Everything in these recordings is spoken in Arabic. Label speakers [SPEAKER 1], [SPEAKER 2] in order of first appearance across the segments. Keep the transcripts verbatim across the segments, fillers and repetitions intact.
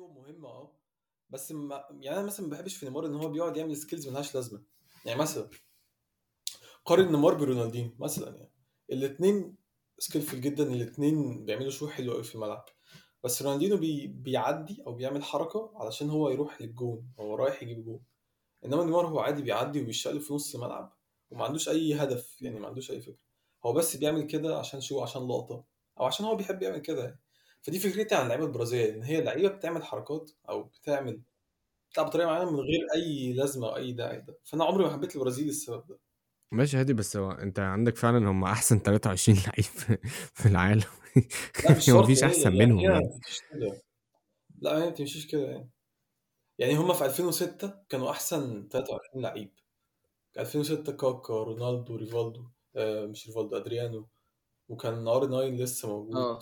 [SPEAKER 1] مهمه اه بس ما يعني انا مثلا ما بحبش في نيمار ان هو بيقعد يعمل سكيلز ملهاش لازمه. يعني مثلا قارن نيمار برونالدينو مثلا، يعني الاثنين سكيلفul جدا، الاثنين بيعملوا شو حلو قوي في الملعب. بس رونالدينو بي بيعدي او بيعمل حركه علشان هو يروح للجون، هو رايح يجيب جون. انما نيمار هو عادي بيعدي وبيشتغل في نص الملعب وما عندوش اي هدف، يعني ما عندوش اي فكره. هو بس بيعمل كده عشان شو، عشان لقطه او عشان هو بيحب يعمل كده يعني. فدي فكرتي عن اللعيبه البرازيليه، ان هي لعيبه بتعمل حركات او بتعمل بتلعب بطريقه معينه من غير اي لازمه او اي داعي ده. فانا عمري ما حبيت البرازيل السبب ده.
[SPEAKER 2] ماشي هادي، بس هو انت عندك فعلا هم احسن ثلاثة وعشرين لعيب في في العالم.
[SPEAKER 1] لا مش
[SPEAKER 2] هو
[SPEAKER 1] شرط،
[SPEAKER 2] مفيش
[SPEAKER 1] هي
[SPEAKER 2] احسن
[SPEAKER 1] يعني هي
[SPEAKER 2] منهم
[SPEAKER 1] ما
[SPEAKER 2] يعني.
[SPEAKER 1] بتمشيش كده. لا هي ما بتمشيش كده يعني. يعني هم في ألفين وستة كانوا احسن ثلاثة وعشرين لعيب. ألفين وستة كاكا، رونالدو، ريفالدو، آه مش ريفالدو، ادريانو، وكان ار تسعة لسه موجود.
[SPEAKER 3] اه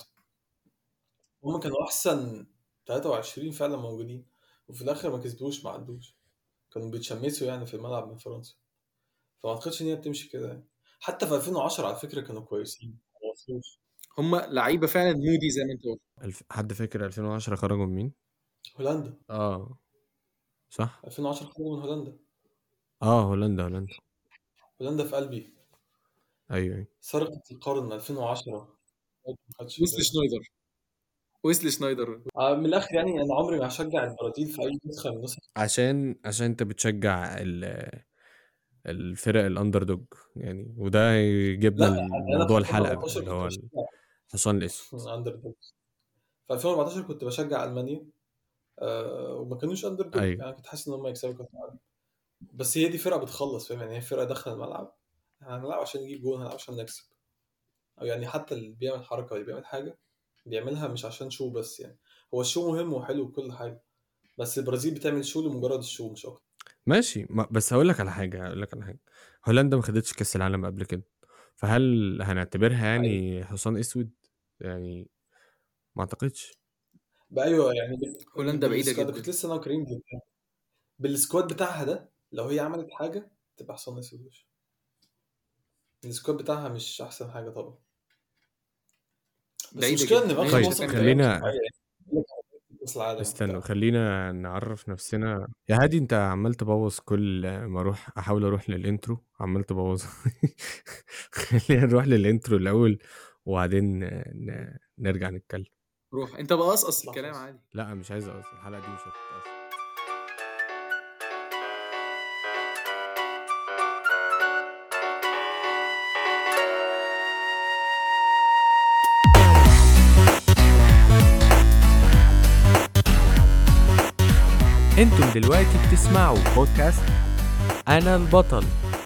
[SPEAKER 1] هم كانوا احسن ثلاثة وعشرين فعلا موجودين، وفي الاخر ما كسبوش، ما عدوش، كانوا بيتشمسوا يعني في الملعب من فرنسا. فما اعتقدش ان هي بتمشي كده يعني. حتى في ألفين وعشرة على فكره كانوا كويسين، ما وصلوش.
[SPEAKER 3] هم لعيبه فعلا مودي زي ما انت قلت.
[SPEAKER 2] الف... حد فاكر ألفين وعشرة خرجوا من مين؟
[SPEAKER 1] هولندا.
[SPEAKER 2] اه صح.
[SPEAKER 1] ألفين وعشرة خرجوا من هولندا.
[SPEAKER 2] اه هولندا هولندا.
[SPEAKER 1] هولندا في قلبي.
[SPEAKER 2] ايوه ايوه.
[SPEAKER 1] سرقة القرن ألفين وعشرة. ما خدش
[SPEAKER 3] ويسلي
[SPEAKER 1] كده.
[SPEAKER 3] شنايدر ويسلي شنايدر
[SPEAKER 1] آه، من الاخر يعني انا عمري ما هشجع البرازيل في اي نسخه من نسخ.
[SPEAKER 2] عشان عشان انت بتشجع ال... الفرق الاندر دوج يعني، وده يجيبنا
[SPEAKER 1] لا يعني انا في
[SPEAKER 2] الموضوع الحلقة بقى
[SPEAKER 1] ألفين وأربعتاشر
[SPEAKER 2] اللي
[SPEAKER 1] كنت
[SPEAKER 2] هو
[SPEAKER 1] بشجع
[SPEAKER 2] الحصان الاسود.
[SPEAKER 1] اندر دوج. في ألفين وأربعتاشر كنت بشجع المانيا. آه وما كانوش اندر دوج
[SPEAKER 2] ايوه
[SPEAKER 1] يعني، كنت حاسس ان هم يكسبوا كاس العالم. بس هي دي فرقه بتخلص، فاهم يعني، هي فرقه داخله الملعب هنلعب عشان نجيب جول، هنلعب عشان نكسب. او يعني حتى اللي بيعمل حركه اللي بيعمل حاجه بيعملها مش عشان شو بس يعني. هو الشو مهم وحلو وكل حاجه، بس البرازيل بتعمل شو لمجرد الشو مش اكتر.
[SPEAKER 2] ماشي، ما بس هقول لك على حاجة هقول لك على حاجة. هولندا ما خدتش كأس العالم قبل كده، فهل هنعتبرها
[SPEAKER 1] ايوه
[SPEAKER 2] يعني حصان اسود يعني؟ ما اعتقدش.
[SPEAKER 1] بقى ايوه يعني بال...
[SPEAKER 3] هولندا بعيده
[SPEAKER 1] بالسكواد
[SPEAKER 3] جدا.
[SPEAKER 1] كنت لسه انا وكريم بنتكلم. بالسكواد بتاعها ده لو هي عملت حاجه تبقى حصان اسود وش. السكواد بتاعها مش احسن حاجه طبعا. بس
[SPEAKER 3] بعيده
[SPEAKER 1] المشكله ان
[SPEAKER 3] جدا،
[SPEAKER 1] باخد
[SPEAKER 3] هي مش
[SPEAKER 2] طيب
[SPEAKER 1] وصل
[SPEAKER 3] هتعمل اي
[SPEAKER 1] بطريقه مش
[SPEAKER 3] حاجه.
[SPEAKER 2] خلينا
[SPEAKER 1] طبيعيه يعني. كاس العالم
[SPEAKER 2] استنوا
[SPEAKER 1] وبتاع.
[SPEAKER 2] خلينا نعرف نفسنا. يا هادي انت عمال تبوظ، كل ما اروح احاول اروح للانترو عمال تبوظ. خلينا نروح للانترو الاول وبعدين ن... نرجع نتكلم.
[SPEAKER 3] روح انت بقى قصقص
[SPEAKER 1] اطلع
[SPEAKER 3] الكلام
[SPEAKER 1] فاصل.
[SPEAKER 3] عادي.
[SPEAKER 2] لا مش عايز اقص الحلقة دي مش هتتقص. انتم دلوقتي بتسمعوا بودكاست انا البطل.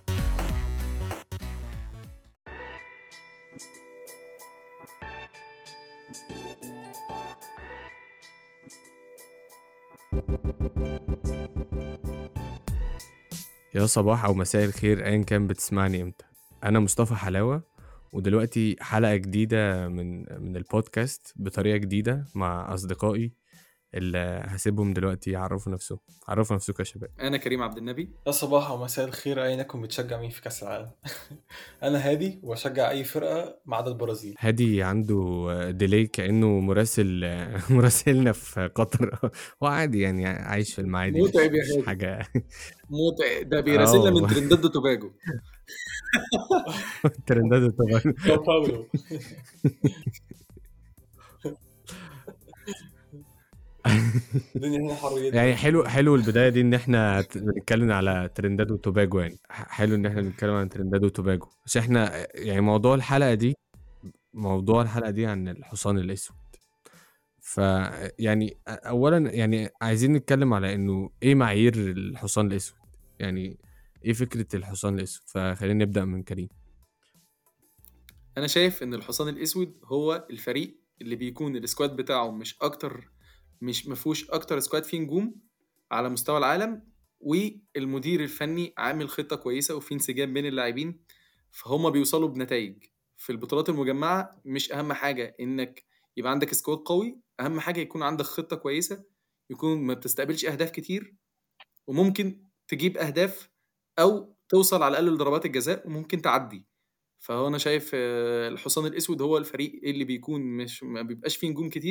[SPEAKER 2] يا صباح او مساء الخير ايا كان بتسمعني امتى. انا مصطفى حلاوة، ودلوقتي حلقة جديدة من من البودكاست بطريقة جديدة مع اصدقائي اللي هسيبهم دلوقتي يعرفوا نفسهم. عرفوا نفسكم يا شباب.
[SPEAKER 3] انا كريم عبد النبي.
[SPEAKER 1] يا صباح ومساء الخير ايا يكن بتشجع مين في كاس العالم. انا هادي واشجع اي فرقه ما عدا البرازيل.
[SPEAKER 2] هادي عنده ديلي كأنه مراسل مراسلنا في قطر. هو عادي يعني عايش في المعادي، مش
[SPEAKER 3] متعب يا
[SPEAKER 2] مش
[SPEAKER 3] هادي،
[SPEAKER 2] حاجة.
[SPEAKER 3] متعب، ده
[SPEAKER 2] اه
[SPEAKER 3] بيراسلنا من
[SPEAKER 2] والله.
[SPEAKER 3] ترندات وتوباجو.
[SPEAKER 2] ترندات طبعا.
[SPEAKER 1] ساو باولو. الدنيا هنا حر
[SPEAKER 2] يعني
[SPEAKER 1] جدا.
[SPEAKER 2] حلو حلو البداية دي ان احنا ت- بنتكلم على ترندات وتوباجو. يعني ح- حلو ان احنا بنتكلم عن ترندات وتوباجو، عشان احنا يعني موضوع الحلقة دي موضوع الحلقة دي عن الحصان الاسود. ف يعني اولا يعني عايزين نتكلم على انه ايه معايير الحصان الاسود، يعني ايه فكرة الحصان الاسود. فخلينا نبدأ من كريم.
[SPEAKER 3] انا شايف ان الحصان الاسود هو الفريق اللي بيكون السكواد بتاعه مش اكتر، مش مفهوش اكتر سكواد فيه نجوم على مستوى العالم، والمدير الفني عامل خطة كويسة وفي انسجام بين اللاعبين، فهم بيوصلوا بنتائج في البطولات المجمعة. مش اهم حاجة انك يبقى عندك سكواد قوي، اهم حاجة يكون عندك خطة كويسة، يكون ما بتستقبلش اهداف كتير، وممكن تجيب اهداف او توصل على الاقل لضربات الجزاء وممكن تعدي. فهو انا شايف آه، الحصان الاسود هو الفريق اللي بيكون مش ما بيبقاش فيه نجوم كتير،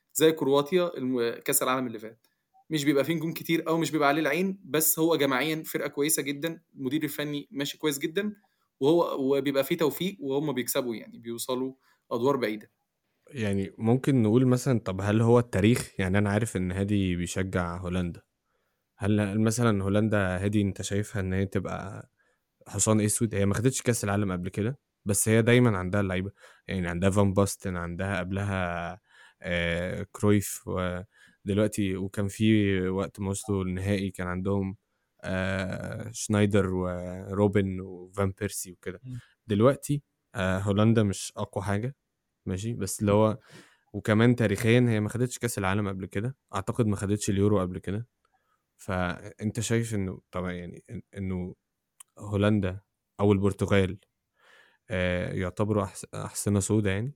[SPEAKER 3] زي كرواتيا الم- كاس العالم اللي فات، مش بيبقى فيه نجوم كتير او مش بيبقى عليه العين، بس هو جماعيا فرقه كويسه جدا، المدير الفني ماشي كويس جدا، وهو وبيبقى فيه توفيق وهم بيكسبوا، يعني بيوصلوا ادوار بعيده.
[SPEAKER 2] يعني ممكن نقول مثلا، طب هل هو التاريخ؟ يعني انا عارف ان هادي بيشجع هولندا، هل هل مثلا هولندا هادي انت شايفها ان هي تبقى حصان اسود؟ هي ما خدتش كاس العالم قبل كده، بس هي دايما عندها اللعيبه، يعني عندها فان باستن، عندها قبلها آه كرويف، ودلوقتي وكان في وقت ما وصلوا النهائي كان عندهم آه شنايدر وروبن وفان بيرسي وكده.
[SPEAKER 1] مم.
[SPEAKER 2] دلوقتي آه هولندا مش اقوى حاجه، ماشي، بس اللي هو وكمان تاريخيا هي ما خدتش كاس العالم قبل كده، اعتقد ما خدتش اليورو قبل كده. فانت شايف انه طبعا يعني إن- انه هولندا او البرتغال آه، يعتبروا أحس- احسنة سودا يعني؟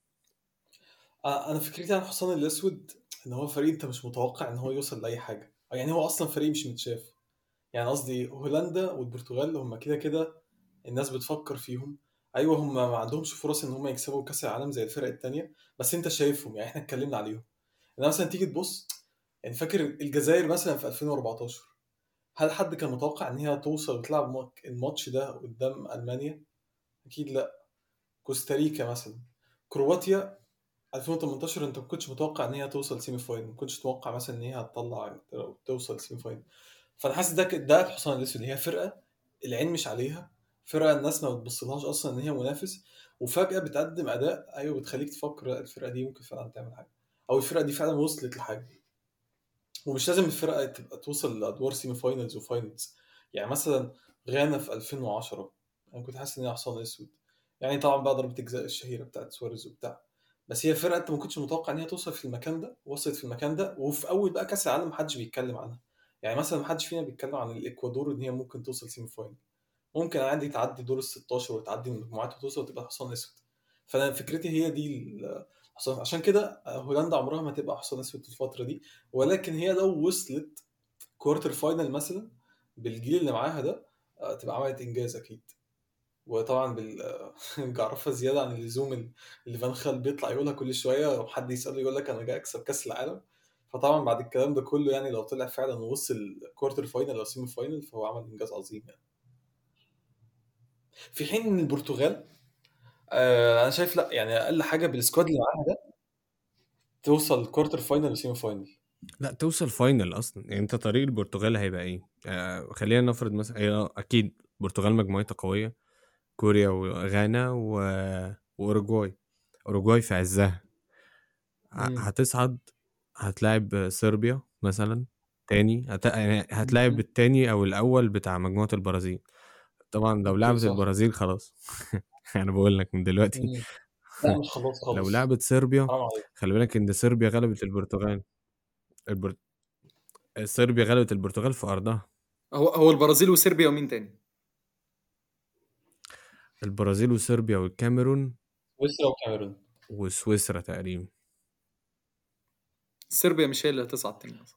[SPEAKER 1] آه، انا فكرتي عن الحصان الاسود ان هو فريق انت مش متوقع ان هو يوصل لاي حاجه، يعني هو اصلا فريق مش متشاف. يعني قصدي هولندا والبرتغال هم كده كده الناس بتفكر فيهم. ايوه هم ما عندهمش فرص ان هم يكسبوا كاس العالم زي الفرق التانية، بس انت شايفهم، يعني احنا اتكلمنا عليهم. انا مثلا تيجي تبص، يعني فاكر الجزائر مثلا في ألفين وأربعتاشر، هل حد كان متوقع ان هي توصل وتلعب مات- الماتش ده قدام المانيا؟ اكيد لا. كوستاريكا مثلا، كرواتيا ألفين وتمنتاشر، انت ما كنتش متوقع ان هي توصل سيمي فاينل، ما كنتش متوقع مثلا ان هي هتطلع توصل سيمي فاينل. فانا حاسس ده ك- ده الحصان الاسود، اللي هي فرقه العين مش عليها، فرقه الناس ما بتبصلهاش اصلا ان هي منافس، وفجاه بتقدم اداء ايوه بتخليك تفكر لا الفرقه دي ممكن فعلا تعمل حاجه، او الفرقه دي فعلا وصلت لحاجه. ومش لازم الفرقه تبقى توصل لادوار سيمي فاينلز وفاينلز. يعني مثلا غانا في ألفين وعشرة، انا كنت حاسس ان هي حصان اسود، يعني طبعا بقى ضربة الجزاء الشهيره بتاعت سواريز وبتاع، بس هي فرقه انت ما كنتش متوقع ان هي توصل في المكان ده، وصلت في المكان ده، وفي اول بقى كاس العالم محدش بيتكلم عنها. يعني مثلا محدش فينا بيتكلم عن الاكوادور ان هي ممكن توصل سيمي فاينل، ممكن عادي تعدي دور ال ستاشر وتعدي من المجموعات وتوصل وتبقى حصان اسود. فانا فكرتي هي دي الحصان، عشان كده هولندا عمرها ما تبقى حصان اسود في الفتره دي. ولكن هي لو وصلت كوارتر فاينل مثلا بالجيل اللي معاها ده، آه، تبقى عملت انجاز اكيد. وطبعا بالجعرفه زياده عن اللزوم اللي فان خال بيطلع يقولها كل شويه، وحد يساله يقول لك انا جاي اكسب كاس العالم. فطبعا بعد الكلام ده كله، يعني لو طلع فعلا ووصل كوارتر فاينل او سيمي فاينل، فهو عمل انجاز عظيم يعني. في حين ان البرتغال، آه انا شايف لا، يعني اقل حاجه بالسكواد اللي معاها ده توصل كوارتر فاينل وسيمي فاينل.
[SPEAKER 2] لا، توصل فاينل اصلا. يعني انت طريق البرتغال هيبقى ايه؟ آه خلينا نفرض مثلا هي آه، اكيد البرتغال مجموعتها قوية، كوريا وغانا و... واوروجواي. اوروجواي في عزها ه-
[SPEAKER 1] امم
[SPEAKER 2] هتصعد، هتلاعب صربيا مثلا تاني، هت... يعني هتلاعب
[SPEAKER 1] امم
[SPEAKER 2] التاني او الاول بتاع مجموعة البرازيل. طبعا لو
[SPEAKER 1] اوكي
[SPEAKER 2] لعبت
[SPEAKER 1] صح.
[SPEAKER 2] البرازيل خلاص. انا بقول لك من دلوقتي.
[SPEAKER 1] امم لا مش خلاص
[SPEAKER 2] لو
[SPEAKER 1] خالص.
[SPEAKER 2] لعبت صربيا،
[SPEAKER 1] حرام عليك.
[SPEAKER 2] خلي بالك ان صربيا غلبت البرتغال. البر... صربيا غلبت البرتغال في ارضها.
[SPEAKER 3] هو هو البرازيل وصربيا ومين تاني؟
[SPEAKER 2] البرازيل وصربيا والكاميرون
[SPEAKER 1] سويسرا وكاميرون.
[SPEAKER 2] وسويسرا تقريبا.
[SPEAKER 3] صربيا مش هي اللي هتصعد تاني اصلا.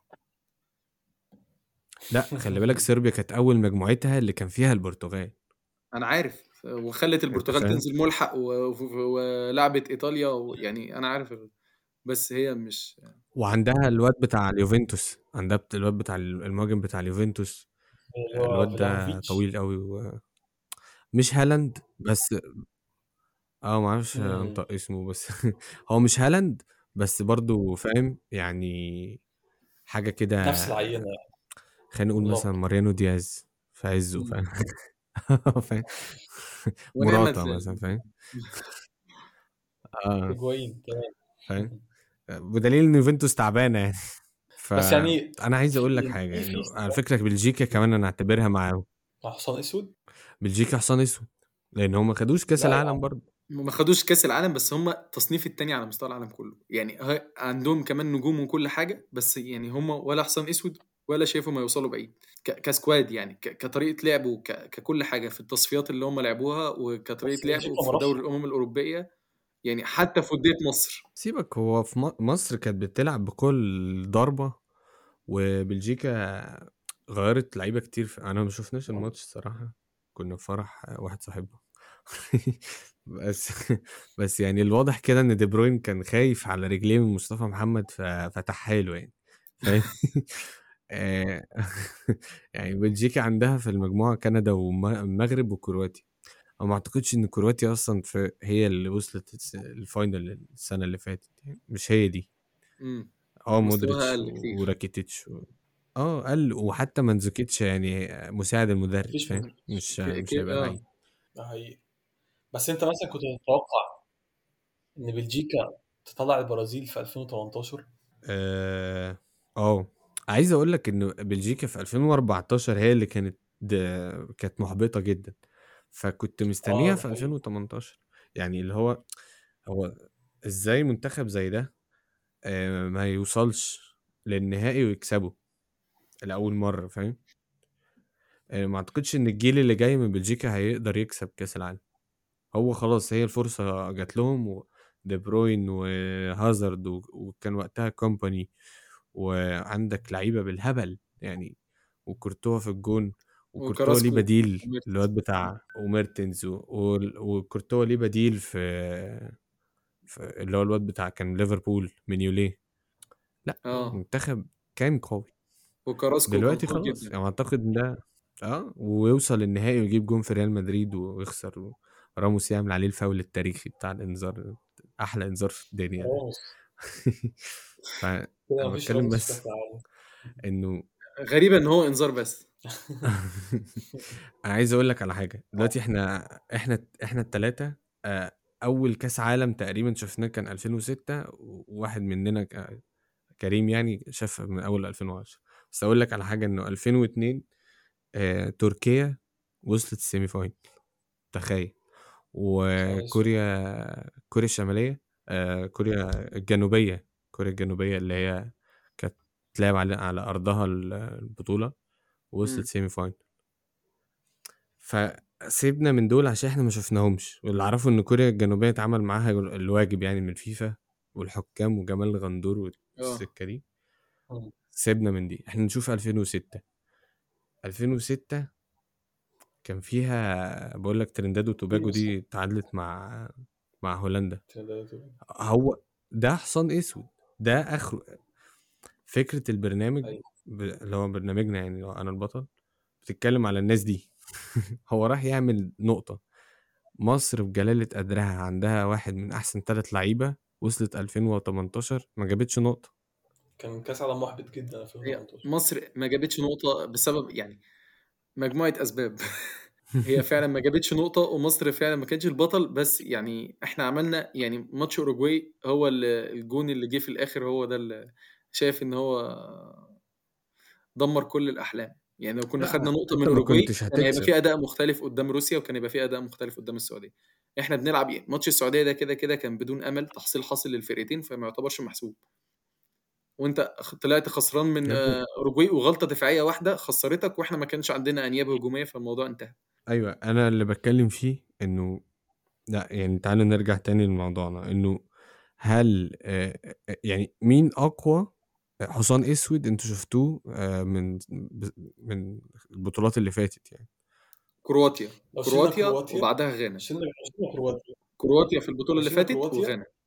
[SPEAKER 2] لا خلي بالك، صربيا كانت اول مجموعتها اللي كان فيها البرتغال.
[SPEAKER 3] انا عارف، وخلت
[SPEAKER 2] انت
[SPEAKER 3] البرتغال
[SPEAKER 2] فاهم؟
[SPEAKER 3] تنزل ملحق و- و- ولعبت ايطاليا و- يعني انا عارف ال- بس هي مش.
[SPEAKER 2] وعندها الواد بتاع اليوفنتوس، عندها بت- الواد بتاع المهاجم بتاع اليوفنتوس.
[SPEAKER 1] اللي هو
[SPEAKER 2] الواد ده
[SPEAKER 1] فلاهوفيتش.
[SPEAKER 2] طويل قوي، ومش هالاند بس. اه ما اعرفش
[SPEAKER 1] امم
[SPEAKER 2] انطق اسمه بس. هو مش هالاند، بس برضو فاهم يعني، حاجة كده.
[SPEAKER 1] نفس العينه يعني.
[SPEAKER 2] خلينا نقول مثلا
[SPEAKER 1] عملاق.
[SPEAKER 2] ماريانو دياز في عزه،
[SPEAKER 1] امم
[SPEAKER 2] فاهم؟ فاهم.
[SPEAKER 3] ونعمت
[SPEAKER 2] مراتا مثلا، فاهم؟ اه
[SPEAKER 1] هيجوايين تمام.
[SPEAKER 2] فاهم. بدليل ان يوفنتوس تعبانه يعني.
[SPEAKER 1] بس يعني
[SPEAKER 2] فانا عايز اقول لك
[SPEAKER 1] في
[SPEAKER 2] حاجه،
[SPEAKER 1] في في
[SPEAKER 2] انه على
[SPEAKER 1] سباق
[SPEAKER 2] فكره بلجيكا كمان انا اعتبرها معاهم.
[SPEAKER 1] مع حصان اسود.
[SPEAKER 2] بلجيكا حصان اسود، لان هم ما خدوش كاس
[SPEAKER 1] لا يا
[SPEAKER 2] العالم
[SPEAKER 1] عم.
[SPEAKER 2] برضه.
[SPEAKER 3] ما خدوش كاس العالم، بس هم تصنيف التاني على مستوى العالم كله، يعني ه- عندهم كمان نجوم وكل حاجه، بس يعني هم ولا حصان اسود ولا شايفهم ما يوصلوا بعيد ك- كسكواد، يعني ك- كطريقه لعب وككل حاجه في التصفيات اللي هم لعبوها،
[SPEAKER 1] بس
[SPEAKER 3] وكطريقه لعب
[SPEAKER 1] بلجيكا
[SPEAKER 3] في دوري
[SPEAKER 1] مرشح.
[SPEAKER 3] الامم الاوروبيه، يعني حتى في وديه مصر.
[SPEAKER 2] سيبك، هو في م- مصر كانت بتلعب بكل ضربه، وبلجيكا غيرت لعيبه كتير في... انا ما شفناش الماتش الصراحه، كنا في فرح واحد صاحبنا. بس بس يعني الواضح كده ان دي بروين كان خايف على رجليه من مصطفى محمد ففتحها له يعني فاهم. آه، يعني بلجيكا عندها في المجموعة كندا والمغرب وكرواتيا. أو ما أعتقدش إن كرواتيا أصلا في هي اللي وصلت الس- الفاينل السنة اللي فاتت يعني مش هي دي.
[SPEAKER 3] امم
[SPEAKER 2] اه
[SPEAKER 3] مستواها
[SPEAKER 2] مودريتش
[SPEAKER 3] اقل
[SPEAKER 2] و-
[SPEAKER 3] كتير.
[SPEAKER 2] وراكيتيتش و... اه قال وحتى منزوكيتش يعني مساعد المدرب
[SPEAKER 1] مفيش
[SPEAKER 2] فاهم
[SPEAKER 1] من
[SPEAKER 2] مش
[SPEAKER 3] ك... ك...
[SPEAKER 2] مش هيبقى
[SPEAKER 3] اه
[SPEAKER 2] لعيب.
[SPEAKER 1] ده حقيقي. بس انت مثلا كنت تتوقع ان بلجيكا تطلع البرازيل في ألفين وتمنتاشر؟
[SPEAKER 2] اه اه عايز اقول لك ان بلجيكا في ألفين وأربعتاشر هي اللي كانت د- كانت محبطة جدا فكنت
[SPEAKER 1] اه
[SPEAKER 2] مستنيها
[SPEAKER 1] ده
[SPEAKER 2] في
[SPEAKER 1] حقيقي.
[SPEAKER 2] ألفين وتمنتاشر. يعني اللي هو هو ازاي منتخب زي ده آه، ما يوصلش للنهائي ويكسبه لأول مرة فاهم. آه، ما اعتقدش ان الجيل اللي جاي من بلجيكا هيقدر يكسب كأس العالم. هو خلاص هي الفرصة جات لهم ودي بروين وهازارد و- وكان وقتها كومباني وعندك لعيبة بالهبل يعني وكورتوا في الجون وكورتوا ليه
[SPEAKER 3] وكراسكو
[SPEAKER 2] بديل
[SPEAKER 3] وميرتس.
[SPEAKER 2] الواد بتاع وميرتنز و- و- وكورتوا ليه بديل في, في اللي هو الواد بتاع كان ليفربول مينيوليه. لا
[SPEAKER 1] مم.
[SPEAKER 3] اه
[SPEAKER 2] منتخب كان قوي.
[SPEAKER 3] وكراسكو كان
[SPEAKER 2] دلوقتي
[SPEAKER 3] قوي
[SPEAKER 2] خلاص
[SPEAKER 3] جدا.
[SPEAKER 2] يعني اعتقد ان ده اه ويوصل النهائي ويجيب جون في ريال مدريد ويخسر وراموس يعمل عليه الفاول التاريخي بتاع الانذار احلى انذار في الدنيا ده.
[SPEAKER 1] راموس
[SPEAKER 2] فانا
[SPEAKER 1] كده مفيش
[SPEAKER 2] بتكلم
[SPEAKER 1] راموس في كاس
[SPEAKER 2] بس
[SPEAKER 1] العالم.
[SPEAKER 2] انه
[SPEAKER 3] غريبة ان هو انذار بس.
[SPEAKER 2] انا عايز اقول لك على حاجه دلوقتي احنا احنا احنا الثلاثه اول كاس عالم تقريبا شفناه كان ألفين وستة وواحد مننا ك- كريم يعني شاف من اول ألفين وعشرة. بس اقول لك على حاجه انه ألفين واثنين آه، تركيا وصلت السيمي فاينل تخيل.
[SPEAKER 1] نهار اسود.
[SPEAKER 2] وكوريا كوريا الشماليه آه، كوريا الجنوبيه كوريا الجنوبيه اللي هي كانت تلعب على على ارضها ال- البطوله وصلت
[SPEAKER 3] مم.
[SPEAKER 2] سيمي فاينل. فسيبنا من دول عشان احنا ما شفناهمش واللي اعرفه ان كوريا الجنوبيه اتعمل معاها الواجب يعني من الفيفا والحكام وجمال الغندور
[SPEAKER 3] اه
[SPEAKER 2] والسكه دي.
[SPEAKER 1] مم.
[SPEAKER 2] سيبنا من دي احنا نشوف ألفين وستة. ألفين وستة كان فيها بقول لك ترينداد وتوباجو
[SPEAKER 1] تونس.
[SPEAKER 2] دي تعادلت مع مع هولندا.
[SPEAKER 1] تrinidad.
[SPEAKER 2] هو ده حصان اسود ده اخره. فكرة البرنامج
[SPEAKER 1] ايوه
[SPEAKER 2] ب... اللي هو برنامجنا يعني لو انا البطل بتتكلم على الناس دي. هو راح يعمل نقطة. مصر بجلالة قدرها عندها واحد من احسن ثلاث لعيبة وصلت ألفين وتمنتاشر ما جابتش نقطة.
[SPEAKER 1] كان كاس عالم محبط جدا
[SPEAKER 3] هي
[SPEAKER 1] ألفين وتمنتاشر.
[SPEAKER 3] مصر ما جابتش نقطة بسبب يعني مجموعة أسباب. هي فعلا ما جابتش نقطة ومصر فعلا ما كانتش البطل، بس يعني احنا عملنا يعني ماتش أوروجواي هو اللي الجون اللي جه في الآخر هو ده اللي شايف إن هو دمر كل الأحلام. يعني لو كنا خدنا
[SPEAKER 2] لا
[SPEAKER 3] نقطة
[SPEAKER 2] انت
[SPEAKER 3] من
[SPEAKER 2] ما
[SPEAKER 3] أوروجواي
[SPEAKER 2] كنتش
[SPEAKER 3] كان هيبقى
[SPEAKER 2] هتكسب.
[SPEAKER 3] في أداء مختلف قدام روسيا وكان هيبقى في أداء مختلف قدام السعودية. احنا بنلعب ايه ماتش السعودية ده كده كده كان بدون أمل تحصيل حاصل للفرقتين فما يعتبرش محسوب. وانت خ- طلعت خسران من
[SPEAKER 2] يا ابني
[SPEAKER 3] آه، اوروجواي وغلطه دفاعيه واحده خسرتك واحنا ما كانش عندنا انياب هجوميه فالموضوع انتهى.
[SPEAKER 2] ايوه انا اللي بتكلم فيه انه لا يعني تعالوا نرجع تاني لموضوعنا انه هل آه، آه، يعني مين اقوى حصان اسود انتوا شفتوه آه، من من البطولات اللي فاتت يعني.
[SPEAKER 3] كرواتيا
[SPEAKER 1] لو شلنا
[SPEAKER 3] كرواتيا
[SPEAKER 1] كرواتيا،
[SPEAKER 3] وبعدها غانا.
[SPEAKER 1] شلنا شلنا كرواتيا
[SPEAKER 3] كرواتيا في البطوله
[SPEAKER 1] لو
[SPEAKER 3] اللي
[SPEAKER 1] شلنا
[SPEAKER 3] فاتت
[SPEAKER 1] كرواتيا
[SPEAKER 3] وغانا.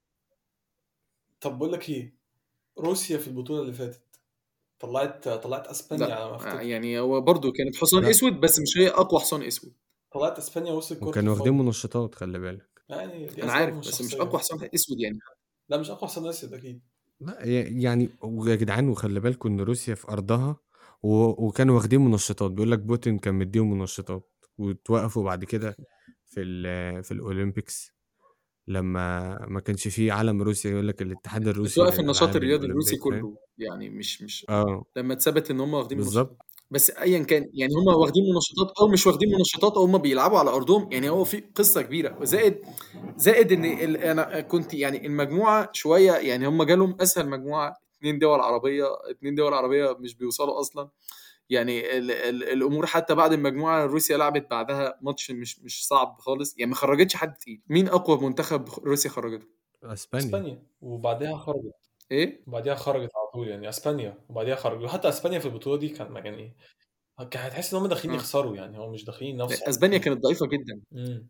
[SPEAKER 1] طب بقول لك ايه، روسيا في البطولة اللي فاتت طلعت طلعت اسبانيا
[SPEAKER 3] لا
[SPEAKER 1] على ما
[SPEAKER 3] آه،
[SPEAKER 1] افتكر.
[SPEAKER 3] يعني هو برضو كانت حصان
[SPEAKER 2] لا
[SPEAKER 3] اسود بس مش هي اقوى حصان اسود.
[SPEAKER 1] طلعت اسبانيا وصل كوارتر
[SPEAKER 2] وكانوا واخدين
[SPEAKER 1] فاينل.
[SPEAKER 2] منشطات خلي بالك.
[SPEAKER 1] يعني دي
[SPEAKER 3] انا
[SPEAKER 1] اسبابهم
[SPEAKER 3] عارف بس مش اقوى
[SPEAKER 1] الشخصية.
[SPEAKER 3] حصان اسود يعني.
[SPEAKER 1] لا مش اقوى حصان اسود اكيد.
[SPEAKER 2] لا ي- يعني يا جدعان وخلي بالكم ان روسيا في ارضها و... وكانوا واخدين منشطات بيقول لك بوتين كان مديهم منشطات وتوقفوا بعد كده في ال... في الاولمبيكس لما ما كانش فيه علم روسيا يقول لك الاتحاد الروسي
[SPEAKER 3] بتوقف النشاط
[SPEAKER 2] للالعاب
[SPEAKER 3] الرياضي الروسي
[SPEAKER 2] الاولمبيه فاهم.
[SPEAKER 3] كله يعني مش مش
[SPEAKER 2] اه
[SPEAKER 3] لما اتثبت ان هم واخدين
[SPEAKER 2] بالظبط.
[SPEAKER 3] منشطات. بس ايا كان يعني هم واخدين منشطات او مش واخدين منشطات او هم بيلعبوا على ارضهم يعني هو في قصه كبيره. زائد زائد ان ال- انا كنت يعني المجموعه شويه يعني هم جالهم اسهل مجموعه اتنين دول عربيه اتنين دول عربيه مش بيوصلوا اصلا. يعني ال ال الامور حتى بعد المجموعه روسيا لعبت بعدها ماتش مش مش صعب خالص يعني ما خرجتش حد تقيل. مين اقوى منتخب روسيا خرجته؟
[SPEAKER 2] اسبانيا.
[SPEAKER 1] اسبانيا وبعدها خرجت.
[SPEAKER 3] ايه
[SPEAKER 1] وبعدها خرجت على طول يعني اسبانيا وبعدها خرجوا. وحتى اسبانيا في البطولة دي كان يعني كان هتحس ان هم داخلين
[SPEAKER 3] اه
[SPEAKER 1] يخسروا، يعني هو مش داخلين ينافسوا على
[SPEAKER 3] اسبانيا
[SPEAKER 1] البطولة.
[SPEAKER 3] كانت ضعيفه جدا.
[SPEAKER 1] امم